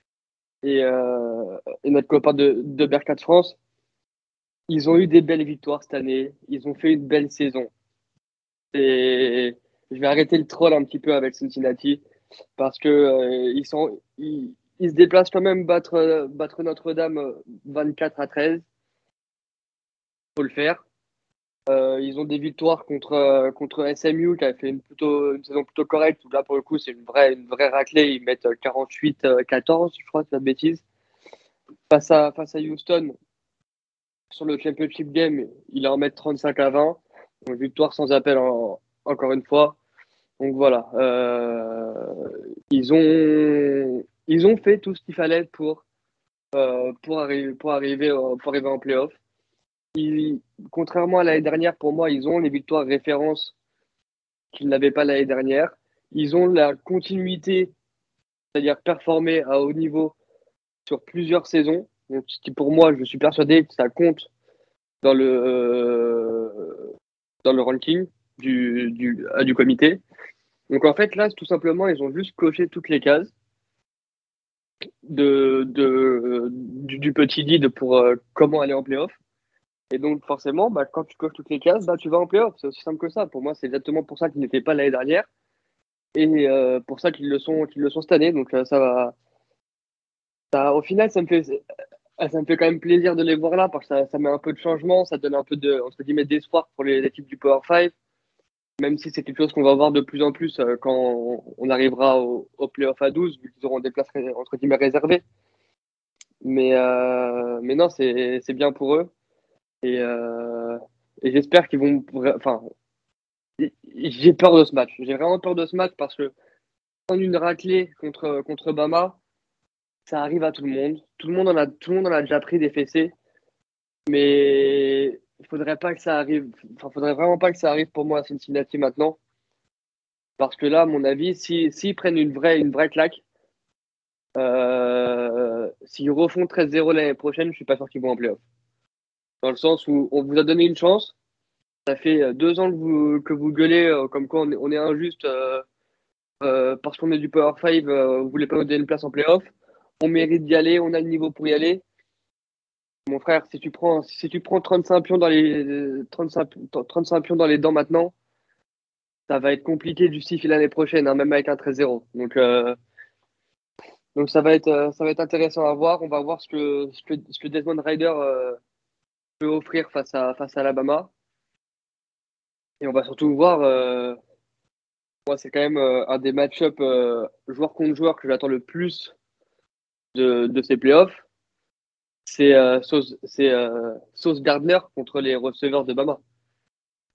notre copain de Berkat France. Ils ont eu des belles victoires cette année. Ils ont fait une belle saison. Et je vais arrêter le troll un petit peu avec Cincinnati parce que ils se déplacent quand même battre Notre-Dame 24-13. Faut le faire. Ils ont des victoires contre SMU qui a fait une saison plutôt correcte. Là, pour le coup, c'est une vraie raclée. Ils mettent 48-14, je crois, c'est pas de bêtises. Face à Houston, sur le championship game, ils en mettent 35-20. Donc, victoire sans appel encore une fois. Donc voilà. Ils ont fait tout ce qu'il fallait pour arriver en playoff. Contrairement à l'année dernière, pour moi, ils ont les victoires références qu'ils n'avaient pas l'année dernière. Ils ont la continuité, c'est-à-dire performer à haut niveau sur plusieurs saisons. Donc, ce qui, pour moi, je suis persuadé que ça compte dans le ranking du comité. Donc, en fait, là, tout simplement, ils ont juste coché toutes les cases du petit guide pour comment aller en playoff. Et donc, forcément, quand tu coches toutes les cases, tu vas en playoff. C'est aussi simple que ça. Pour moi, c'est exactement pour ça qu'ils n'étaient pas l'année dernière. Et pour ça qu'ils le sont cette année. Donc, ça va. Au final, ça me fait quand même plaisir de les voir là parce que ça met un peu de changement. Ça donne un peu entre guillemets, d'espoir pour les équipes du Power 5. Même si c'est quelque chose qu'on va voir de plus en plus quand on arrivera au playoff à 12, vu qu'ils auront des places entre guillemets réservées. Mais non, c'est bien pour eux. Et j'espère qu'ils vont. Enfin, j'ai peur de ce match. J'ai vraiment peur de ce match parce que prendre une raclée contre Bama, ça arrive à tout le monde. Tout le monde en a déjà pris des fessées. Mais il faudrait pas que ça arrive. Enfin, faudrait vraiment pas que ça arrive pour moi à Cincinnati maintenant. Parce que là, à mon avis, s'ils prennent une vraie claque, s'ils refont 13-0 l'année prochaine, je suis pas sûr qu'ils vont en playoff. Dans le sens où on vous a donné une chance. Ça fait 2 ans que vous gueulez comme quoi on est injuste parce qu'on est du Power 5, vous voulez pas nous donner une place en playoff. On mérite d'y aller, on a le niveau pour y aller. Mon frère, si tu prends 35 pions dans les 35 pions dans les dents maintenant, ça va être compliqué de justifier l'année prochaine, même avec un 13-0. Donc ça va être intéressant à voir. On va voir ce que Desmond Ridder peut offrir face à Alabama. Et on va surtout voir. Moi, c'est quand même un des match-up joueur contre joueur que j'attends le plus de ces playoffs. C'est Sauce Gardner contre les receveurs de Bama.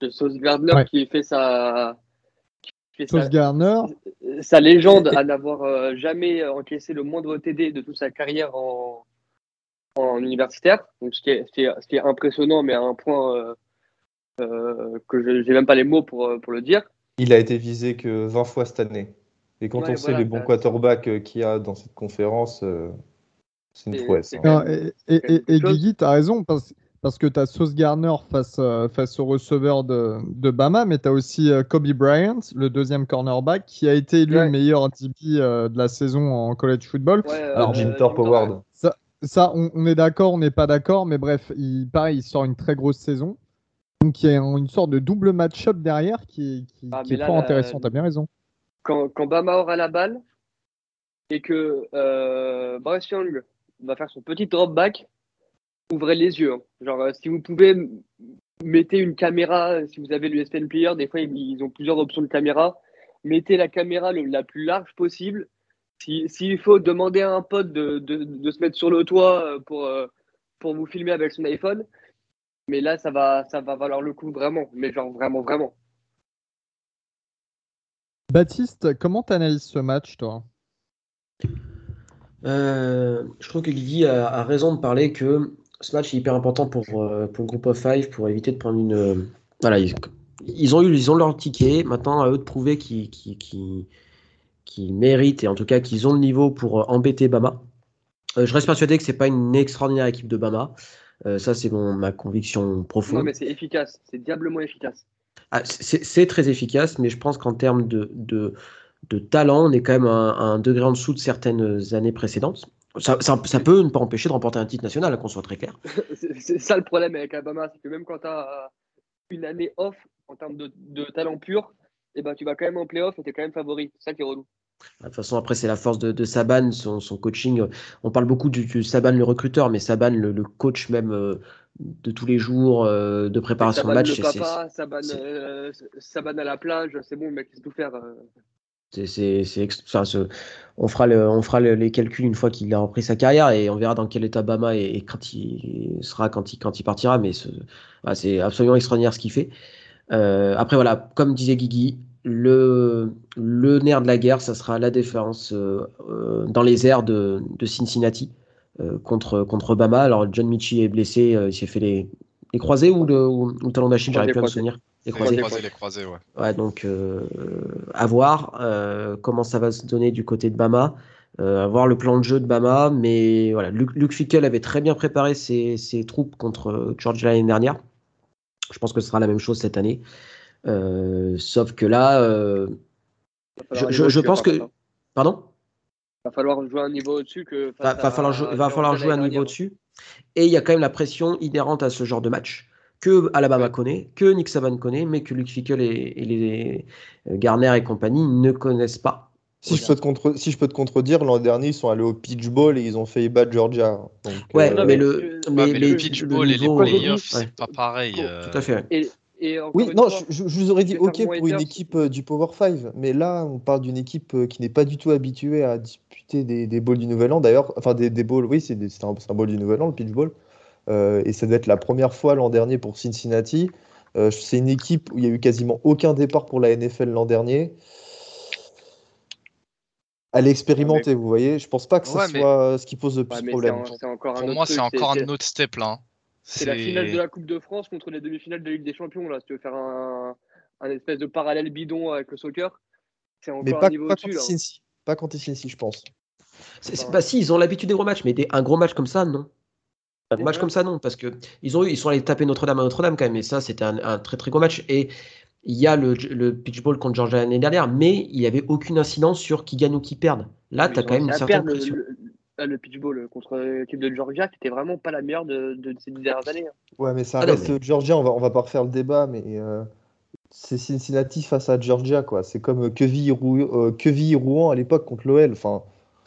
Sauce Gardner Ouais. qui fait sa Sauce Gardner, sa légende à n'avoir jamais encaissé le moindre TD de toute sa carrière en universitaire. Donc, ce qui est impressionnant, mais à un point que je n'ai même pas les mots pour le dire. Il a été visé que 20 fois cette année. Et quand Ouais, on sait voilà, les bons quarterbacks qu'il y a dans cette conférence, c'est une prouesse. c'est hein. quand non, même- quand même quelque et chose. Guigui, tu as raison, parce que tu as Sauce Gardner face au receveur de Bama, mais tu as aussi Kobe Bryant, le deuxième cornerback, qui a été élu le Ouais. meilleur DB de la saison en college football. Ouais, Alors, Jim Thorpe Award. ça, on est d'accord, on n'est pas d'accord, mais bref, pareil, il sort une très grosse saison. Donc, il y a une sorte de double match-up derrière qui mais est là, fort intéressant, tu as bien raison. quand Bama aura la balle et que Bryce Young va faire son petit drop back, ouvrez les yeux. Hein. Genre, si vous pouvez, mettez une caméra, si vous avez le ESPN Player, des fois ils ont plusieurs options de caméra, mettez la caméra la plus large possible. S'il faut demander à un pote de se mettre sur le toit pour vous filmer avec son iPhone, mais là, ça va valoir le coup vraiment, mais genre vraiment, vraiment. Baptiste, comment tu analyses ce match, toi? Je trouve que Guigui a raison de parler que ce match est hyper important pour le Group of Five pour éviter de prendre une. Voilà, ils ont leur ticket. Maintenant, à eux de prouver qu'ils méritent et en tout cas qu'ils ont le niveau pour embêter Bama. Je reste persuadé que c'est pas une extraordinaire équipe de Bama. Ça, c'est ma conviction Non, profonde. mais c'est efficace, c'est diablement efficace. Ah, c'est très efficace, mais je pense qu'en termes de talent, on est quand même à un degré en dessous de certaines années précédentes. Ça peut ne pas empêcher de remporter un titre national, qu'on soit très clair. C'est ça le problème avec Alabama, c'est que même quand tu as une année off en termes de talent pur, et ben, tu vas quand même en playoff et tu es quand même favori. C'est ça qui est relou. De toute façon, après, c'est la force de Saban, son coaching. On parle beaucoup du Saban, le recruteur, mais Saban, le coach même de tous les jours, de C'est préparation de Saban match. le papa, c'est- Saban à la plage, c'est bon, le mec, il sait tout faire. On fera les calculs une fois qu'il a repris sa carrière et on verra dans quel état Bama et quand il sera, quand il partira. Mais voilà, c'est absolument extraordinaire ce qu'il fait. Après, voilà, comme disait Guigui, le nerf de la guerre, ça sera la défense dans les airs de Cincinnati contre Bama. Alors, John Michie est blessé, il s'est fait les croisés ou le talon d'Achille, j'arrive plus à me souvenir. Les croisés. Les croisés, ouais. Ouais, donc à voir comment ça va se donner du côté de Bama, à voir le plan de jeu de Bama, mais voilà, Luke Fickell avait très bien préparé ses troupes contre Georgia l'année dernière. Je pense que ce sera la même chose cette année. Sauf que là, je pense que. Pardon? Va falloir jouer un niveau au-dessus que. Va falloir jouer un niveau au-dessus. Et il y a quand même la pression inhérente à ce genre de match que Alabama connaît, que Nick Saban connaît, mais que Luke Fickell et les Garner et compagnie ne connaissent pas. Si je peux te contredire, l'an dernier, ils sont allés au Pitch Bowl et ils ont failli battre Georgia. Donc, Ouais, Non, mais le pitch ball et les niveau, playoffs, ouais. c'est pas pareil. Tout à fait. Et encore Oui, une non, fois, je vous aurais dit les OK Clermont pour une Haters- équipe du Power 5, mais là, on parle d'une équipe qui n'est pas du tout habituée à disputer des bowls du Nouvel An. D'ailleurs, enfin des bowls, oui, c'est un bowl du Nouvel An, le Pitch Bowl. Et ça doit être la première fois l'an dernier pour Cincinnati. C'est une équipe où il y a eu quasiment aucun départ pour la NFL l'an dernier. Elle est expérimentée, vous voyez. Je pense pas que Ouais, ça mais- soit ce qui pose le plus Ouais, de mais problème. c'est encore un Pour autre moi, truc. c'est encore un autre step là. Hein. C'est la finale de la Coupe de France contre les demi-finales de Ligue des Champions. Là, si tu veux faire un espèce de parallèle bidon avec le soccer, c'est Mais encore un niveau pas au-dessus. contre Là. Cincy. Pas contre Cincy, je pense. Bah si, ils ont l'habitude des gros matchs, mais un gros match comme ça, non. Un match Ouais. comme ça, non, parce que ils sont allés taper Notre-Dame à Notre-Dame quand même, et ça, c'était un très très gros match. Et il y a le pitch ball contre Georgia l'année dernière, mais il n'y avait aucune incidence sur qui gagne ou qui perd. Là, tu as quand même une certaine pression. Le pitch ball contre l'équipe de Georgia, qui était vraiment pas la meilleure de ces 10 dernières années. Hein. Ouais, mais ça Ah non, reste Georgia, on va pas refaire le débat, mais c'est Cincinnati face à Georgia, quoi. C'est comme Quevilly-Rouen à l'époque contre l'OL. Enfin,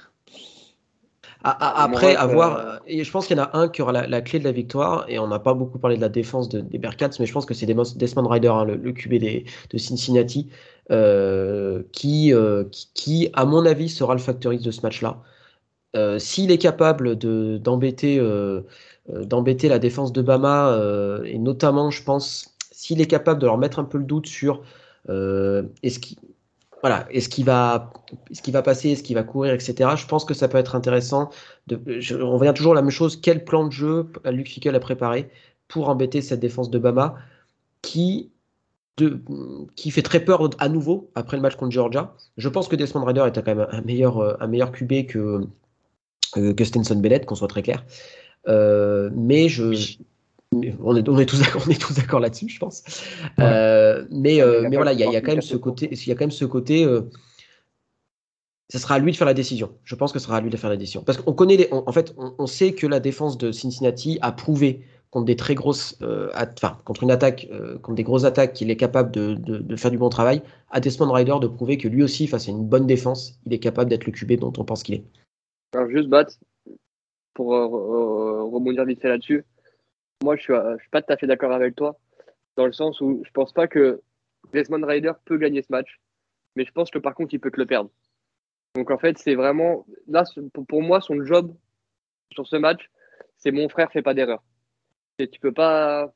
Après, à voir, et je pense qu'il y en a un qui aura la clé de la victoire, et on n'a pas beaucoup parlé de la défense des Bearcats, mais je pense que c'est Desmond Ridder, hein, le QB de Cincinnati, qui, à mon avis, sera le facteur X de ce match-là. S'il est capable d'embêter la défense de Bama, et notamment, je pense, s'il est capable de leur mettre un peu le doute sur est-ce qu'il va passer, est-ce qu'il va courir, etc. Je pense que ça peut être intéressant. On revient toujours à la même chose. Quel plan de jeu Luke Fickell a préparé pour embêter cette défense de Bama qui fait très peur à nouveau après le match contre Georgia. Je pense que Desmond Ridder était quand même un meilleur QB que Stetson Bennett, qu'on soit très clair. Mais on est tous d'accord là-dessus, je pense. Ouais. Mais voilà, il y a quand même ce côté. Ça sera à lui de faire la décision. Je pense que ce sera à lui de faire la décision. Parce qu'on connaît, on sait que la défense de Cincinnati a prouvé contre des très grosses, contre une attaque, contre des grosses attaques, qu'il est capable de faire du bon travail. À Desmond Ridder de prouver que lui aussi, face à une bonne défense, il est capable d'être le QB dont on pense qu'il est. Alors juste Bat, pour rebondir vite fait là-dessus, moi je suis pas tout à fait d'accord avec toi, dans le sens où je pense pas que Desmond Ridder peut gagner ce match, mais je pense que par contre il peut que le perdre. Donc en fait c'est vraiment, là pour moi son job sur ce match, c'est mon frère fait pas d'erreur. Et tu peux pas,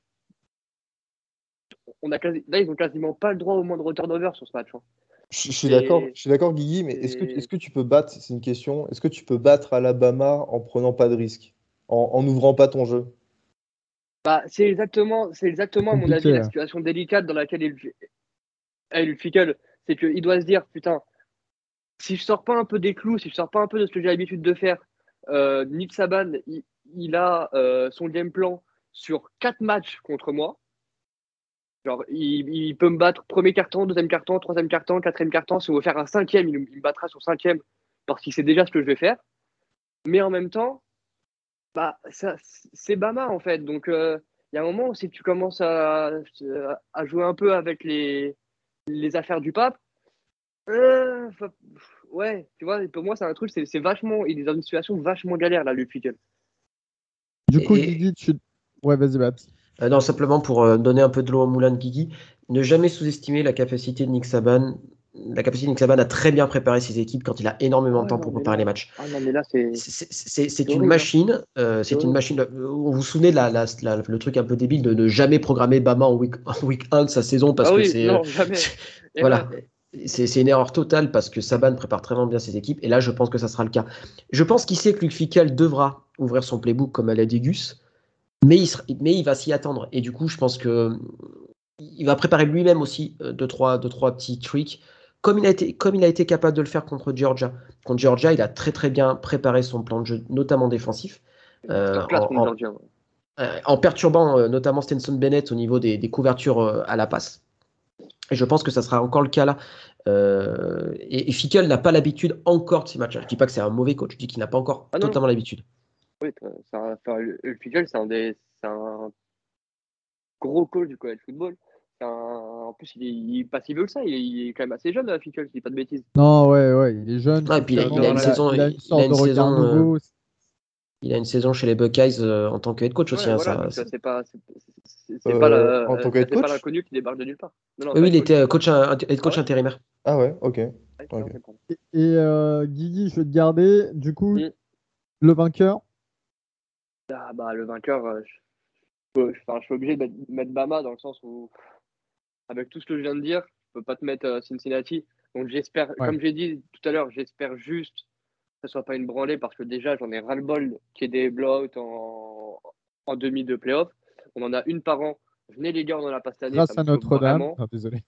là ils ont quasiment pas le droit au moindre turnover sur ce match. Hein. Je suis d'accord, Guigui, mais est-ce que tu peux battre, c'est une question, est-ce que tu peux battre Alabama en prenant pas de risque, en n'ouvrant pas ton jeu? Bah, c'est exactement à mon avis la Compliqué. situation délicate dans laquelle il Fickle, c'est qu'il doit se dire putain, si je sors pas un peu des clous, si je sors pas un peu de ce que j'ai l'habitude de faire, Nick Saban, il a son game plan sur 4 matchs contre moi. Genre, il peut me battre premier carton, deuxième carton, troisième carton, quatrième carton. Si on veut faire un cinquième, il me battra sur cinquième parce qu'il sait déjà ce que je vais faire. Mais en même temps, bah, c'est Bama en fait. Donc, il y a un moment où si tu commences à jouer un peu avec les affaires du pape, ouais, tu vois, pour moi, c'est un truc, c'est vachement, il est dans une situation vachement galère là, Luke Fickell. Du coup, Guigui, ouais, vas-y, Bat. Non, simplement pour donner un peu de l'eau au moulin de Guigui, ne jamais sous-estimer la capacité de Nick Saban. La capacité de Nick Saban à très bien préparer ses équipes quand il a énormément de temps pour préparer les matchs. Ah non, mais là, c'est une horrible, machine. C'est une machine. Vous vous souvenez de le truc un peu débile de ne jamais programmer Bama en week 1 de sa saison parce que c'est. Non, jamais. Voilà. C'est une erreur totale parce que Saban prépare très bien ses équipes et là, je pense que ça sera le cas. Je pense qu'il sait que Luke Fickell devra ouvrir son playbook comme à la Dégus. Mais il va s'y attendre. Et du coup, je pense que il va préparer lui-même aussi deux, trois petits tricks. Comme il a été capable de le faire contre Georgia. Contre Georgia, il a très très bien préparé son plan de jeu, notamment défensif. En perturbant notamment Stetson Bennett au niveau des couvertures à la passe. Et je pense que ça sera encore le cas là. Et Fickell n'a pas l'habitude encore de ces matchs-là. Je ne dis pas que c'est un mauvais coach, je dis qu'il n'a pas encore totalement l'habitude. Oui, Fickell, c'est un gros coach du college football. En plus, il pas si vieux que ça. Il est quand même assez jeune, Fickell, si je dis pas de bêtises. Non, ouais, il est jeune. Et puis il a une saison. Il a une sorte de regard nouveau. Il a une saison chez les Buckeyes en tant que head coach aussi. Ouais, voilà, c'est pas en tant que head coach, pas l'inconnu qui débarque de nulle part. Non, oui, il était head coach intérimaire. Ah ouais, ok. Et Guigui, je vais te garder. Du coup, le vainqueur. Le vainqueur, je suis obligé de mettre Bama dans le sens où, avec tout ce que je viens de dire, je peux pas te mettre Cincinnati. Donc j'espère, comme j'ai dit tout à l'heure, j'espère juste que ce soit pas une branlée parce que déjà j'en ai ras-le-bol qu'il y ait des blowouts en demi de playoff. On en a une par an. Venez les gars, on en a pas cette année. Grâce à Notre-Dame. Ah, désolé.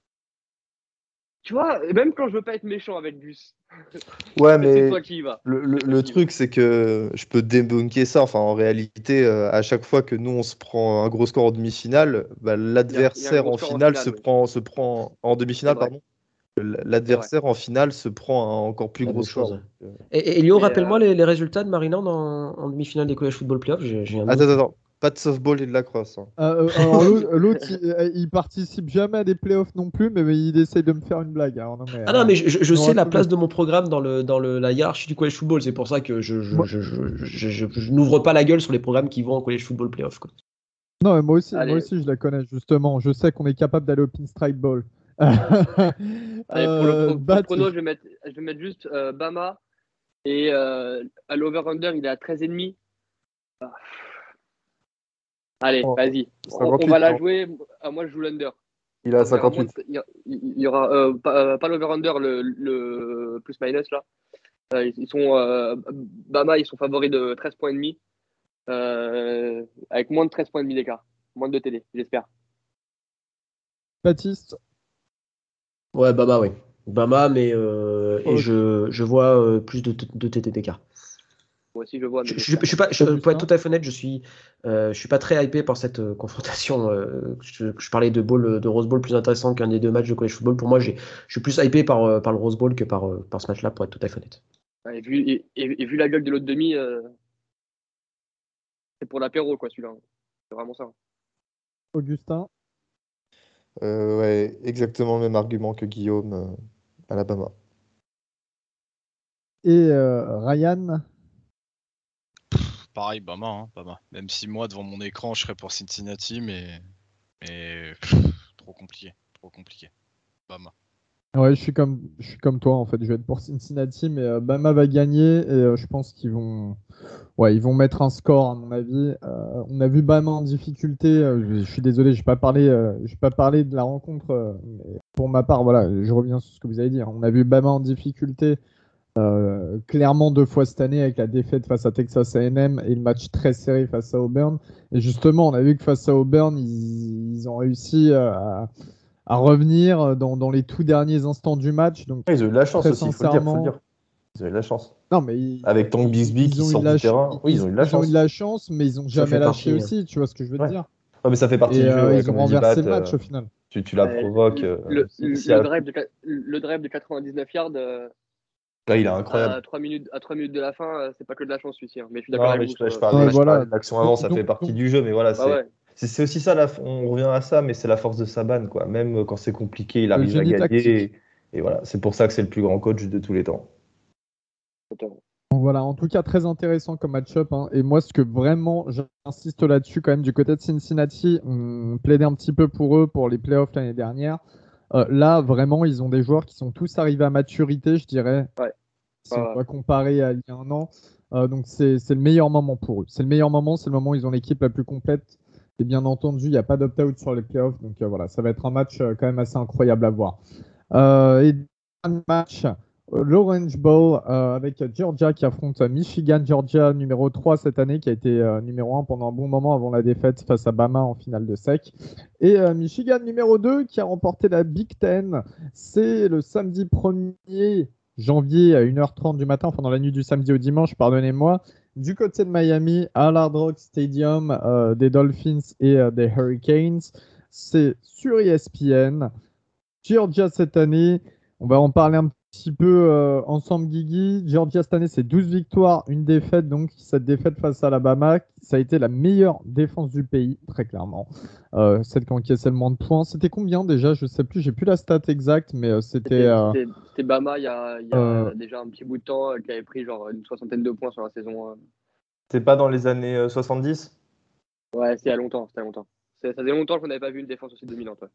Tu vois, même quand je veux pas être méchant avec Gus. Ouais, mais c'est toi qui y va. Le truc, c'est que je peux débunker ça. Enfin, en réalité, à chaque fois que nous, on se prend un gros score en demi-finale, bah, l'adversaire en finale se prend en demi-finale, pardon. L'adversaire en finale se prend un encore plus gros score. Et Lyon, rappelle-moi les résultats de Maryland en demi-finale des College Football Playoffs. Attends. Pas de softball et de lacrosse. Hein. Alors l'autre, il participe jamais à des playoffs non plus, mais il essaye de me faire une blague. Alors, non, mais je sais la place de mon programme dans la hiérarchie du College Football. C'est pour ça que je n'ouvre pas la gueule sur les programmes qui vont en College Football Playoff. Quoi. Non, mais moi aussi, je la connais justement. Je sais qu'on est capable d'aller au Pinstripe Bowl. Allez, pour le prono, je vais mettre juste Bama et à l'over-under, il est à 13,5. Allez, Oh, vas-y. On 58, va la non. jouer. Moi, je joue l'under. Il a Il y aura 58. il y aura pas l'over-under, le plus-minus là. Ils sont Bama, ils sont favoris de 13 points et demi. Avec moins de 13 points et demi d'écart. Moins de TD, j'espère. Baptiste, Ouais, Bama, oui. Bama, mais et Ok. je vois plus de TT d'écart. Moi aussi, je vois, mais Je j'espère. suis pas, pour Augustin. être tout à fait honnête, je suis pas très hypé par cette confrontation. Je parlais de Rose Bowl plus intéressant qu'un des deux matchs de college football. Pour moi, je suis plus hypé par le Rose Bowl que par ce match-là, pour être tout à fait honnête. Et vu la gueule de l'autre demi, c'est pour l'apéro, quoi, celui-là. C'est vraiment ça. Augustin, Ouais, exactement le même argument que Guillaume, Alabama. et Ryan. Pareil, Bama, hein, Bama. Même si moi, devant mon écran, je serais pour Cincinnati, mais trop compliqué. Trop compliqué. Bama. Ouais, je suis comme toi en fait. Je vais être pour Cincinnati, mais Bama va gagner et je pense ils vont mettre un score à mon avis. On a vu Bama en difficulté. Je suis désolé, j'ai pas parlé de la rencontre. Mais pour ma part, voilà, je reviens sur ce que vous avez dit, hein. On a vu Bama en difficulté clairement 2 fois cette année avec la défaite face à Texas A&M et le match très serré face à Auburn. Et justement, on a vu que face à Auburn, ils ont réussi à revenir dans les tout derniers instants du match. Donc, Ils ont eu de la chance très aussi, il faut le dire, sincèrement, Ils ont eu de la chance. non, mais Avec Tank Bixby qui ils ont eu sort de du la, terrain, oui, ils ont eu de la ils ont eu chance. de la chance, mais ils ont Ça jamais fait lâché partie. aussi, tu vois ce que je veux te Ouais. dire. Ouais, mais ça fait partie Et du jeu, ouais, ils ont comme le dit renversé Bat, le match au final. tu la provoques. Si Le drive de 99 yards là, il est incroyable. à 3 minutes de la fin, c'est pas que de la chance, celui-ci. Hein. Mais je suis d'accord Non, avec mais vous. je Ouais, parlais voilà. de l'action avant, ça fait partie du jeu, mais voilà, Bah ouais. c'est aussi ça, on revient à ça, mais c'est la force de Saban, quoi. Même quand c'est compliqué, il Le arrive à génie gagner. tactique. Et voilà, c'est pour ça que c'est le plus grand coach de tous les temps. Donc voilà, en tout cas, très intéressant comme match-up, hein. Et moi, ce que vraiment, j'insiste là-dessus quand même, du côté de Cincinnati, on plaidait un petit peu pour eux pour les playoffs l'année dernière. Là, vraiment, ils ont des joueurs qui sont tous arrivés à maturité, je dirais, Ouais. si on va comparer à il y a un an. Donc, c'est le meilleur moment pour eux. C'est le meilleur moment, c'est le moment où ils ont l'équipe la plus complète. Et bien entendu, il n'y a pas d'opt-out sur les playoffs. Donc voilà, ça va être un match quand même assez incroyable à voir. Et un match, l'Orange Bowl avec Georgia qui affronte Michigan. Georgia numéro 3 cette année, qui a été numéro 1 pendant un bon moment avant la défaite face à Bama en finale de SEC. Et Michigan numéro 2 qui a remporté la Big Ten. C'est le samedi 1er janvier à 1h30 du matin, enfin dans la nuit du samedi au dimanche, pardonnez-moi, du côté de Miami à l'Hard Rock Stadium des Dolphins et des Hurricanes. C'est sur ESPN. Georgia cette année, on va en parler un petit peu ensemble, Guigui. Georgia cette année, c'est 12 victoires, une défaite. Donc, cette défaite face à Alabama, ça a été la meilleure défense du pays, très clairement. Celle qui encaissait le moins de points. C'était combien déjà? Je ne sais plus, j'ai plus la stat exacte, mais c'était. C'était Bama il y a déjà un petit bout de temps qui avait pris genre une 60aine de points sur la saison. C'est pas dans les années 70? Ouais, c'était il y a longtemps. Ça faisait longtemps qu'on n'avait pas vu une défense aussi dominante. Ouais.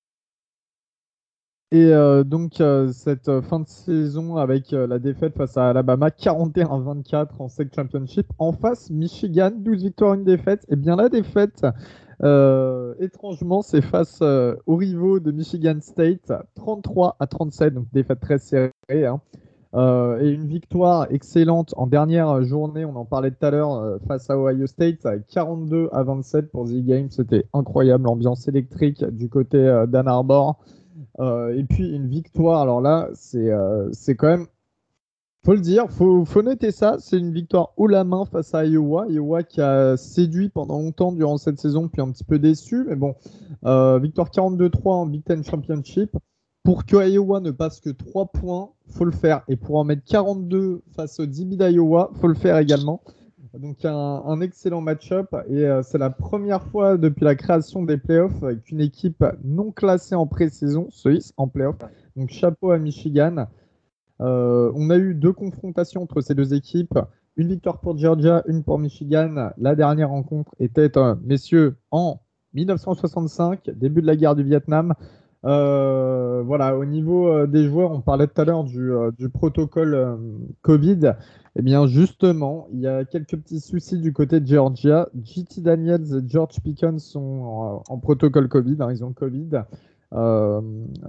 Et donc, cette fin de saison avec la défaite face à Alabama, 41-24 en SEC Championship. En face, Michigan, 12 victoires, une défaite. Et bien, la défaite, étrangement, c'est face aux rivaux de Michigan State, 33-37, donc défaite très serrée, hein. Et une victoire excellente en dernière journée, on en parlait tout à l'heure, face à Ohio State, 42-27 pour The Game. C'était incroyable, l'ambiance électrique du côté d'Ann Arbor. Et puis une victoire, alors là, c'est quand même, faut le dire, faut noter ça, c'est une victoire haut la main face à Iowa. Iowa qui a séduit pendant longtemps durant cette saison, puis un petit peu déçu, mais bon, victoire 42-3 en Big Ten Championship. Pour que Iowa ne passe que 3 points, faut le faire. Et pour en mettre 42 face au DB d'Iowa, faut le faire également. Donc un excellent match-up et c'est la première fois depuis la création des playoffs qu'une équipe non classée en pré-saison se hisse en playoffs. Donc chapeau à Michigan. On a eu 2 confrontations entre ces 2 équipes. Une victoire pour Georgia, une pour Michigan. La dernière rencontre était, messieurs, en 1965, début de la guerre du Vietnam. Voilà, au niveau des joueurs, on parlait tout à l'heure du protocole Covid. Eh bien, justement, il y a quelques petits soucis du côté de Georgia. JT Daniels et George Pickens sont en protocole Covid, hein, ils ont Covid. Euh,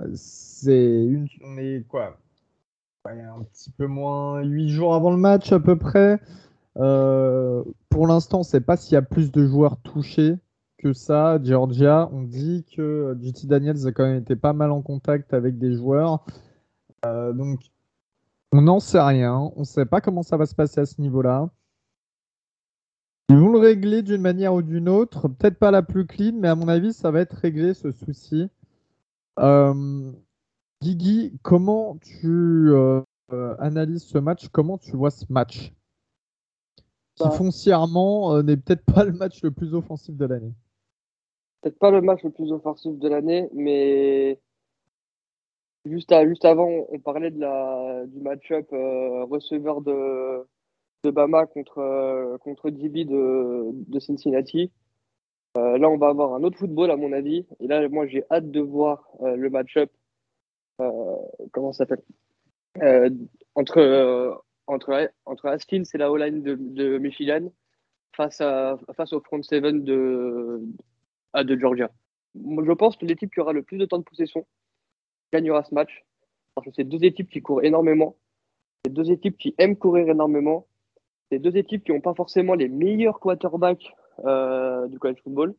on est quoi? Ouais, un petit peu moins 8 jours avant le match à peu près. Pour l'instant, on ne sait pas s'il y a plus de joueurs touchés que ça. Georgia, on dit que JT Daniels a quand même été pas mal en contact avec des joueurs. Donc, on n'en sait rien. On ne sait pas comment ça va se passer à ce niveau-là. Ils vont le régler d'une manière ou d'une autre. Peut-être pas la plus clean, mais à mon avis, ça va être réglé ce souci. Guigui, comment tu analyses ce match? Comment tu vois ce match? Qui Bah, foncièrement n'est peut-être pas le match le plus offensif de l'année. peut-être pas le match le plus offensif de l'année, mais juste avant, on parlait du match-up receveur de Bama contre DB de Cincinnati. Là, on va avoir un autre football, à mon avis. Et là, moi, j'ai hâte de voir le match-up, comment ça s'appelle, euh, entre, entre Haskins et la O-line de Michigan face au front seven de Georgia. Moi, je pense que l'équipe qui aura le plus de temps de possession gagnera ce match. Parce que c'est deux équipes qui courent énormément. C'est deux équipes qui aiment courir énormément. C'est deux équipes qui n'ont pas forcément les meilleurs quarterbacks du college football.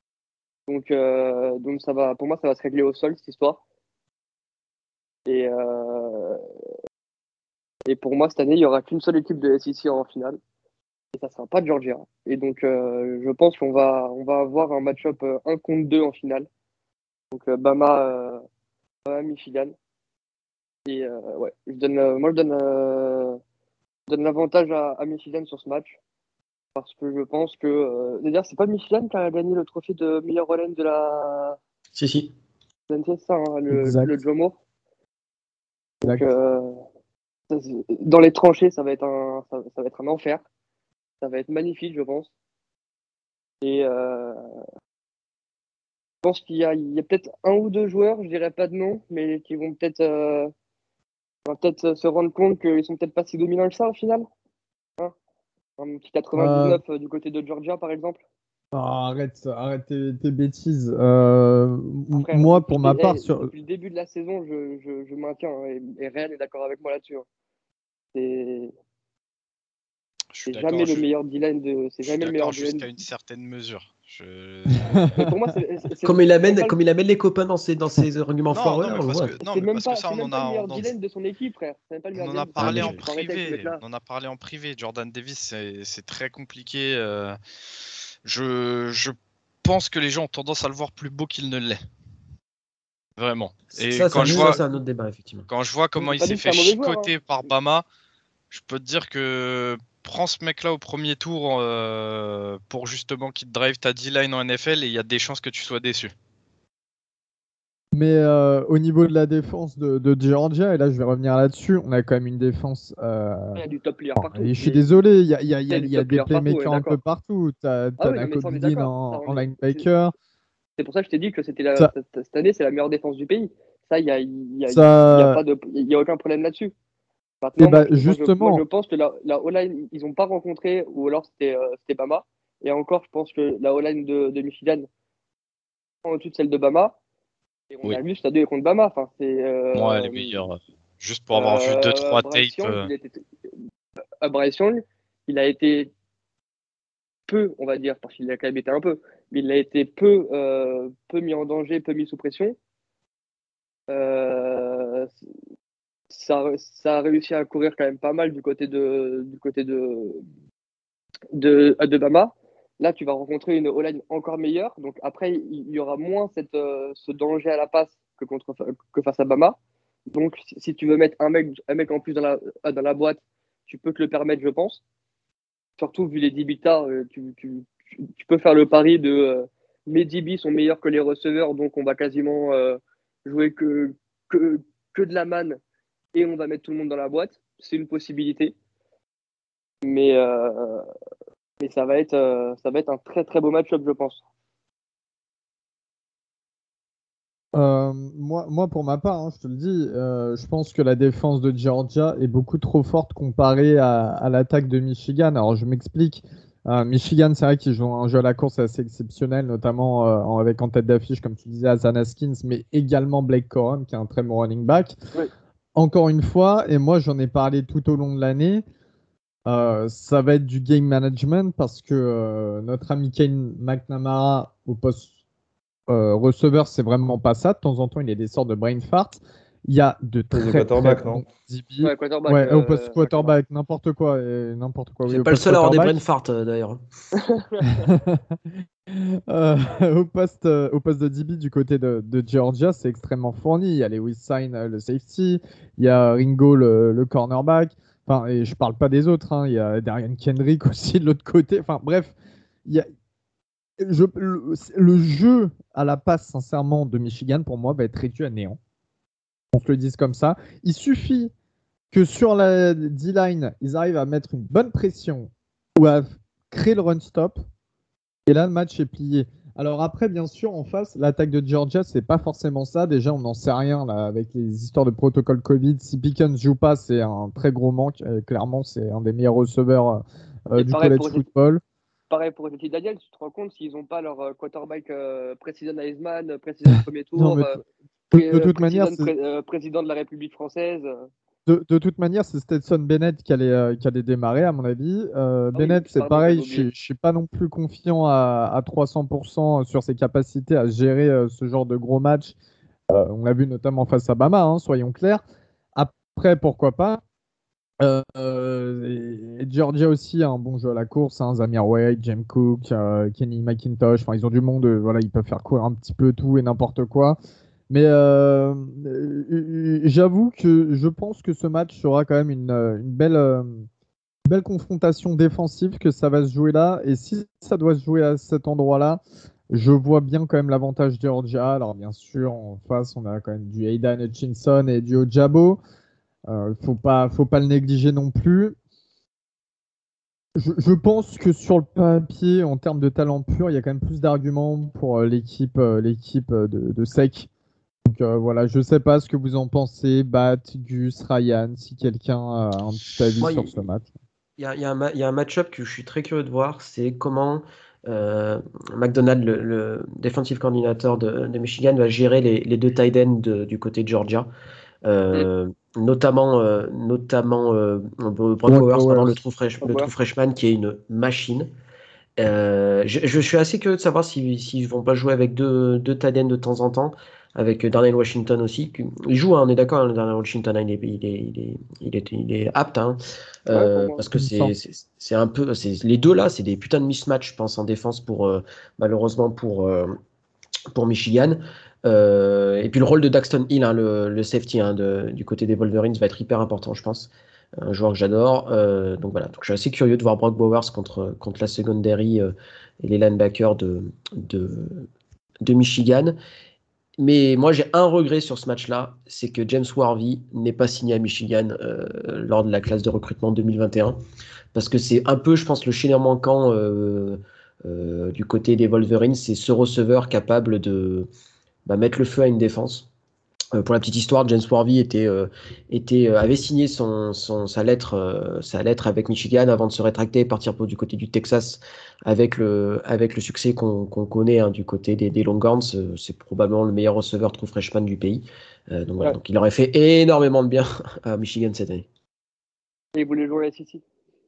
Donc ça va, pour moi, ça va se régler au sol, cette histoire. Et, euh, et pour moi, cette année, il n'y aura qu'une seule équipe de SEC en finale. Et ça ne sera pas Georgia. Et donc, je pense qu'on va avoir un match-up 1 contre 2 en finale. Donc, Bama Michigan. Et ouais, moi, je donne l'avantage à Michigan sur ce match. Parce que je pense que. D'ailleurs, c'est pas Michigan qui a gagné le trophée de meilleur relais de la. Si. C'est ça, hein, le Exact. Joe Moore. Donc, Exact. dans les tranchées, ça va être un enfer. Ça va être magnifique, je pense. Et je pense qu'il y a peut-être un ou deux joueurs, je dirais pas de nom, mais qui vont peut-être se rendre compte qu'ils sont peut-être pas si dominants que ça au final. Hein, un petit Euh, 99 du côté de Georgia, par exemple. arrête tes bêtises. Après, Moi, pour ma part, depuis le début de la saison, je maintiens, hein, et Réal est d'accord avec moi là-dessus. Hein. C'est Je suis c'est d'accord, jamais le meilleur D-line c'est je suis jamais le meilleur d'accord D-line. jusqu'à une certaine mesure. Mais pour moi, Comme il c'est même amène, pas comme il amène les copains dans ses arguments Non, foireux, non, là, mais on le parce voit. que, non, c'est mais même parce que pas, ça, c'est même pas le meilleur on en- D-line de son équipe, frère. C'est même pas le on meilleur en a D-line de son Ah, mais parlé équipe. en Faut arrêter avec ce privé. mec-là. On en a parlé en privé. Jordan Davis, c'est très compliqué. Je pense que les gens ont tendance à le voir plus beau qu'il ne l'est. Vraiment. Et ça, ça, ça, c'est un autre débat, effectivement. quand je vois comment J'ai il pas s'est dit que c'est fait un mauvais joueur. Hein. chicoter par Bama, je peux te dire que prends ce mec-là au premier tour pour justement qu'il te drive ta D-line en NFL et il y a des chances que tu sois déçu. mais au niveau de la défense de Georgia, et là je vais revenir là-dessus, on a quand même une défense. Il y a du top player Bon, partout. et je suis désolé, il Il y a du y a top des player partout, on est playmakers un peu d'accord. partout. T'as Ah oui, non, mais ça, Nakobe on est Dean d'accord. en linebacker. C'est pour ça que je t'ai dit que Ça, cette année, c'est la meilleure défense du pays. Ça, il y a ça, pas il y a aucun problème là-dessus. et Maintenant, bah moi, je justement, pense que la O-line, ils n'ont pas rencontré, ou alors c'était Bama. Et encore, je pense que la O-line de Michigan au-dessus de celle de Bama. Et on Oui. a vu cette année contre Bama. Enfin, Moi, les meilleurs. Juste pour avoir vu 2-3 Bryce tapes. Young, Bryce Young, il a été peu, on va dire, parce qu'il a quand même été un peu, mais il a été peu mis en danger, peu mis sous pression. Euh, ça a réussi à courir quand même pas mal du côté de Bama. Là, tu vas rencontrer une O-line encore meilleure. Donc après, il y aura moins ce danger à la passe que face à Bama. Donc, si tu veux mettre un mec en plus dans la boîte, tu peux te le permettre, je pense. Surtout vu les DB-tas, tu peux faire le pari de mes DB sont meilleurs que les receveurs, donc on va quasiment jouer que, que de la manne et on va mettre tout le monde dans la boîte. C'est une possibilité. Mais, euh, mais ça va être un très très beau match-up, je pense. Moi, pour ma part, je te le dis, je pense que la défense de Georgia est beaucoup trop forte comparée à l'attaque de Michigan. Alors, je m'explique. Michigan, c'est vrai qu'ils jouent un jeu à la course assez exceptionnel, notamment avec en tête d'affiche, comme tu disais, Hasan Haskins, mais également Blake Corum, qui est un très bon running back. Oui. Encore une fois, et moi, j'en ai parlé tout au long de l'année, ça va être du game management parce que notre ami Kane McNamara au poste receveur, c'est vraiment pas ça. De temps en temps, il y a des sortes de brain fart. Il y a de Il est très quarterback, bons non? DB. Ouais, quarterback. Ouais, au poste McNamara. quarterback, n'importe quoi, n'importe quoi. Oui, C'est au pas le poste seul à avoir des brain quarterback. fart d'ailleurs. Au poste de DB du côté de Georgia, c'est extrêmement fourni. Il y a Lewis Sign, le safety. Il y a Ringo, le cornerback. Enfin, et je parle pas des autres. Il y a Darian Kendrick aussi de l'autre côté. Enfin, bref, il y a, le jeu à la passe, sincèrement, de Michigan, pour moi, va être réduit à néant. On se le dise comme ça. Il suffit que sur la D-line, ils arrivent à mettre une bonne pression ou à créer le run stop. Et là, le match est plié. Alors après, bien sûr, en face, l'attaque de Georgia, c'est pas forcément ça. Déjà, on n'en sait rien là, avec les histoires de protocole Covid. Si Pickens joue pas, c'est un très gros manque. Clairement, c'est un des meilleurs receveurs Et du college football. pareil pour JT Daniels, tu te rends compte s'ils n'ont pas leur quarterback président Heisman, président premier Non, tour, mais de toute manière, président de la République française. de toute manière, c'est Stetson Bennett qui allait démarrer, à mon avis. Ah oui, Bennett, c'est pardon, j'avais pareil, je ne oublié. suis pas non plus confiant à 300% sur ses capacités à gérer ce genre de gros match. On l'a vu notamment face à Bama, soyons clairs. Après, pourquoi pas. Et Georgia aussi a un bon jeu à la course, Zamir Wade, James Cook, Kenny McIntosh. Enfin, ils ont du monde, voilà, ils peuvent faire courir un petit peu tout et n'importe quoi. Mais j'avoue que je pense que ce match sera quand même une belle confrontation défensive, que ça va se jouer là. Et si ça doit se jouer à cet endroit-là, je vois bien quand même l'avantage de Georgia. Alors bien sûr, en face, on a quand même du Aidan Hutchinson et du Ojabo. Faut pas le négliger non plus. Je pense que sur le papier, en termes de talent pur, il y a quand même plus d'arguments pour l'équipe de SEC. Donc voilà, je sais pas ce que vous en pensez, Bat, Gus, Ryan, si quelqu'un a un petit avis Moi, sur ce match. il y a un match-up que je suis très curieux de voir, c'est comment McDonald, le defensive coordinator de Michigan, va gérer les deux tight ends du côté de Georgia. Notamment Brock Bowers, pardon, le true freshman qui est une machine. Je suis assez curieux de savoir s'ils vont pas jouer avec deux tight ends de temps en temps, avec Darnell Washington aussi. Il joue, on est d'accord, Darnell Washington, il est apte, parce que c'est un peu, les deux là, c'est des putains de mismatch, je pense, en défense malheureusement pour Michigan. Et puis le rôle de Daxton Hill, le safety du côté des Wolverines, va être hyper important, je pense. Un joueur que j'adore. Donc voilà, donc je suis assez curieux de voir Brock Bowers contre la secondary et les linebackers de Michigan. Mais moi, j'ai un regret sur ce match-là, c'est que James Worthy n'est pas signé à Michigan lors de la classe de recrutement 2021. Parce que c'est un peu, je pense, le chaînon manquant du côté des Wolverines, c'est ce receveur capable de mettre le feu à une défense. Pour la petite histoire, James Worthy avait signé sa lettre avec Michigan avant de se rétracter et partir du côté du Texas avec le succès qu'on connaît du côté des Longhorns. C'est probablement le meilleur receveur true freshman du pays. Donc voilà, donc il aurait fait énormément de bien à Michigan cette année. Et il voulait jouer à SEC.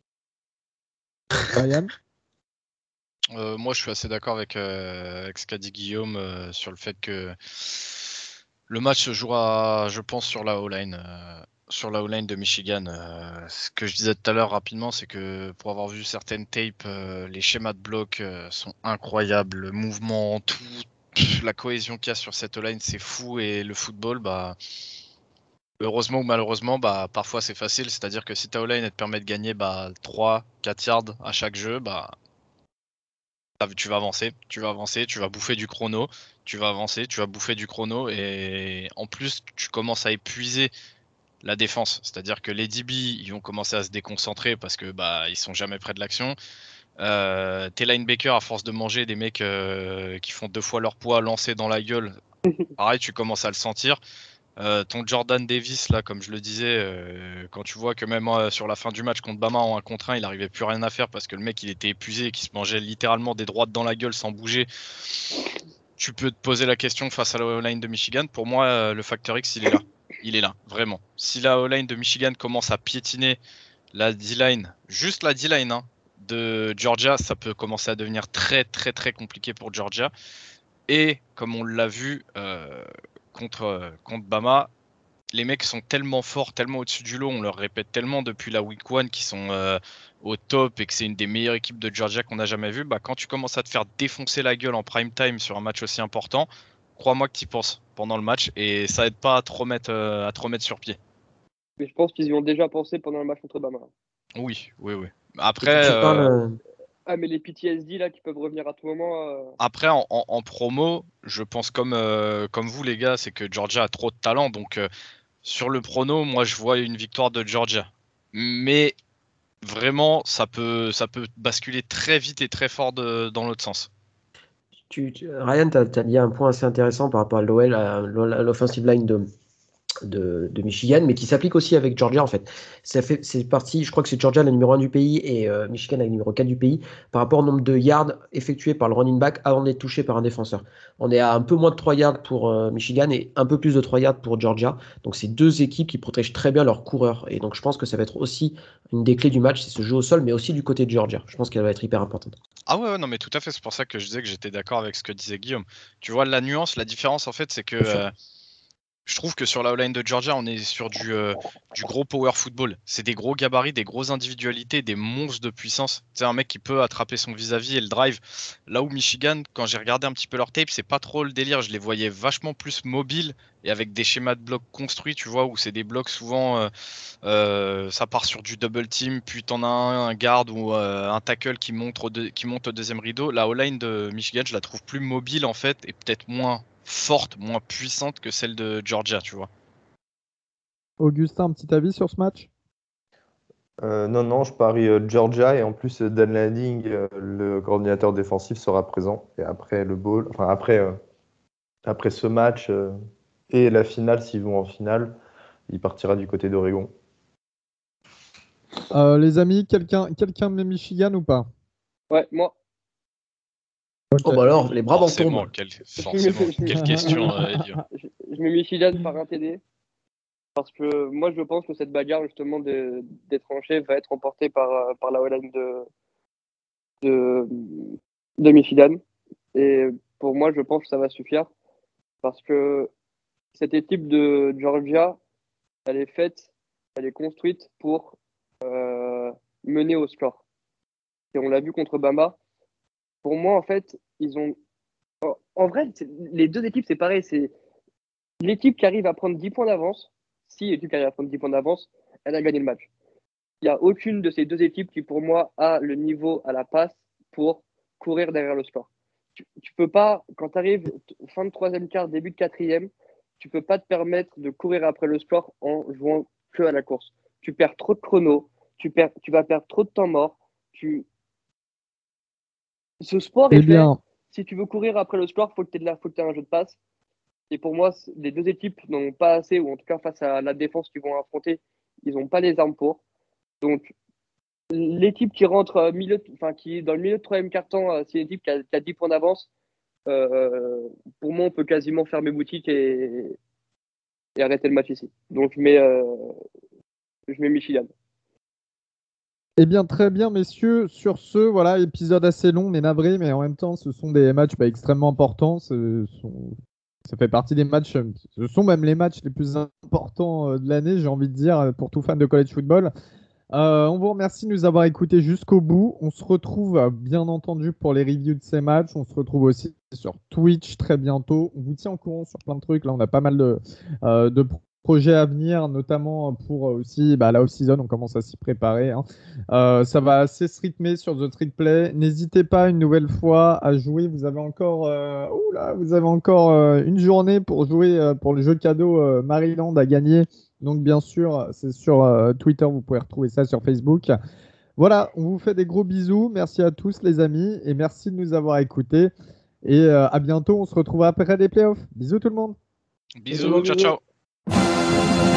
Ryan? Moi, je suis assez d'accord avec ce qu'a dit Guillaume sur le fait que le match se jouera, je pense, sur la O-line. Sur la O-line de Michigan. Ce que je disais tout à l'heure rapidement, c'est que pour avoir vu certaines tapes, les schémas de bloc sont incroyables. Le mouvement, tout, la cohésion qu'il y a sur cette O-line, c'est fou. Et le football, heureusement ou malheureusement, parfois c'est facile. C'est-à-dire que si ta O-line te permet de gagner 3, 4 yards à chaque jeu, tu vas avancer, tu vas bouffer du chrono, tu vas avancer, tu vas bouffer du chrono, et en plus tu commences à épuiser la défense, c'est-à-dire que les DB ils vont commencer à se déconcentrer parce que ils sont jamais près de l'action. Tes linebackers, à force de manger des mecs qui font 2 fois leur poids lancés dans la gueule, Pareil, tu commences à le sentir. Ton Jordan Davis, là, comme je le disais, quand tu vois que même sur la fin du match contre Bama en 1 contre 1, il n'arrivait plus rien à faire parce que le mec il était épuisé et qu'il se mangeait littéralement des droites dans la gueule sans bouger. Tu peux te poser la question face à la O-line de Michigan. Pour moi, le facteur X, il est là. Il est là, vraiment. Si la O-line de Michigan commence à piétiner la D-line, juste la D-line de Georgia, ça peut commencer à devenir très très très compliqué pour Georgia. Et comme on l'a vu contre Bama, les mecs sont tellement forts, tellement au-dessus du lot, on leur répète tellement depuis la week 1 qu'ils sont au top et que c'est une des meilleures équipes de Georgia qu'on a jamais vu. Bah, quand tu commences à te faire défoncer la gueule en prime time sur un match aussi important, crois-moi que tu y penses pendant le match et ça aide pas à te remettre sur pied. Mais je pense qu'ils y ont déjà pensé pendant le match contre Bama. Oui. Après, mais les PTSD là qui peuvent revenir à tout moment. Après, en promo, je pense comme vous les gars, c'est que Georgia a trop de talent. Donc sur le prono, moi je vois une victoire de Georgia. Mais vraiment, ça peut basculer très vite et très fort dans l'autre sens. Ryan, tu as dit un point assez intéressant par rapport à l'OL, à l'offensive line de Michigan, mais qui s'applique aussi avec Georgia en fait. C'est parti, je crois que c'est Georgia le numéro 1 du pays et Michigan le numéro 4 du pays par rapport au nombre de yards effectués par le running back avant d'être touché par un défenseur. On est à un peu moins de 3 yards pour Michigan et un peu plus de 3 yards pour Georgia. Donc c'est deux équipes qui protègent très bien leurs coureurs et donc je pense que ça va être aussi une des clés du match, c'est ce jeu au sol, mais aussi du côté de Georgia. Je pense qu'elle va être hyper importante. Ah ouais, non mais tout à fait, c'est pour ça que je disais que j'étais d'accord avec ce que disait Guillaume. Tu vois la nuance, la différence en fait, c'est que je trouve que sur la O-line de Georgia, on est sur du gros power football. C'est des gros gabarits, des grosses individualités, des monstres de puissance. C'est un mec qui peut attraper son vis-à-vis et le drive. Là où Michigan, quand j'ai regardé un petit peu leur tape, c'est pas trop le délire. Je les voyais vachement plus mobiles et avec des schémas de blocs construits, tu vois, où c'est des blocs souvent, ça part sur du double team, puis t'en as un guard ou un tackle qui monte au deuxième rideau. La O-line de Michigan, je la trouve plus mobile en fait et peut-être moins forte, moins puissante que celle de Georgia, tu vois. Augustin, un petit avis sur ce match? Non, je parie Georgia et en plus Dan Lanning, le coordinateur défensif, sera présent. Et après le bowl, enfin après ce match et la finale, s'ils vont en finale, il partira du côté d'Oregon. Les amis, quelqu'un met Michigan ou pas? Ouais, moi. Okay. Oh bah alors, les bras en tombent. Forcément, quelle question, Elio. Je mets Michigan par un TD. Parce que moi, je pense que cette bagarre, justement, des tranchées va être remportée par la O-line de Michigan. Et pour moi, je pense que ça va suffire. Parce que cette équipe de Georgia, elle est construite pour mener au score. Et on l'a vu contre Bama. Pour moi, en fait, ils ont. En vrai, les deux équipes, c'est pareil. C'est l'équipe qui arrive à prendre 10 points d'avance. Si l'équipe qui arrive à prendre 10 points d'avance, elle a gagné le match. Il n'y a aucune de ces deux équipes qui, pour moi, a le niveau à la passe pour courir derrière le score. Tu peux pas, quand tu arrives fin de troisième quart, début de quatrième, tu peux pas te permettre de courir après le score en jouant que à la course. Tu perds trop de chrono, tu vas perdre trop de temps mort. Ce sport est fait. Si tu veux courir après le score, faut que tu aies un jeu de passe. Et pour moi, les deux équipes n'en ont pas assez, ou en tout cas face à la défense qu'ils vont affronter, ils n'ont pas les armes pour. Donc, l'équipe qui rentre qui est dans le milieu de troisième quart-temps, c'est une équipe qui a 10 points d'avance. Pour moi, on peut quasiment fermer boutique et arrêter le match ici. Donc, je mets Michigan. Eh bien, très bien, messieurs. Sur ce, voilà, épisode assez long, mais navré, mais en même temps, ce sont des matchs extrêmement importants. Ça fait partie des matchs, ce sont même les matchs les plus importants de l'année, j'ai envie de dire, pour tout fan de college football. On vous remercie de nous avoir écoutés jusqu'au bout. On se retrouve bien entendu pour les reviews de ces matchs. On se retrouve aussi sur Twitch très bientôt. On vous tient au courant sur plein de trucs. Là, on a pas mal de projets à venir, notamment pour aussi la off-season. On commence à s'y préparer. Hein. Ça va assez se rythmer sur The Street Play. N'hésitez pas une nouvelle fois à jouer. Vous avez encore, une journée pour jouer pour le jeu cadeau Maryland à gagner. Donc, bien sûr, c'est sur Twitter, vous pouvez retrouver ça sur Facebook. Voilà, on vous fait des gros bisous. Merci à tous, les amis, et merci de nous avoir écoutés. Et à bientôt, on se retrouve après les playoffs. Bisous tout le monde. Bisous, ciao ciao.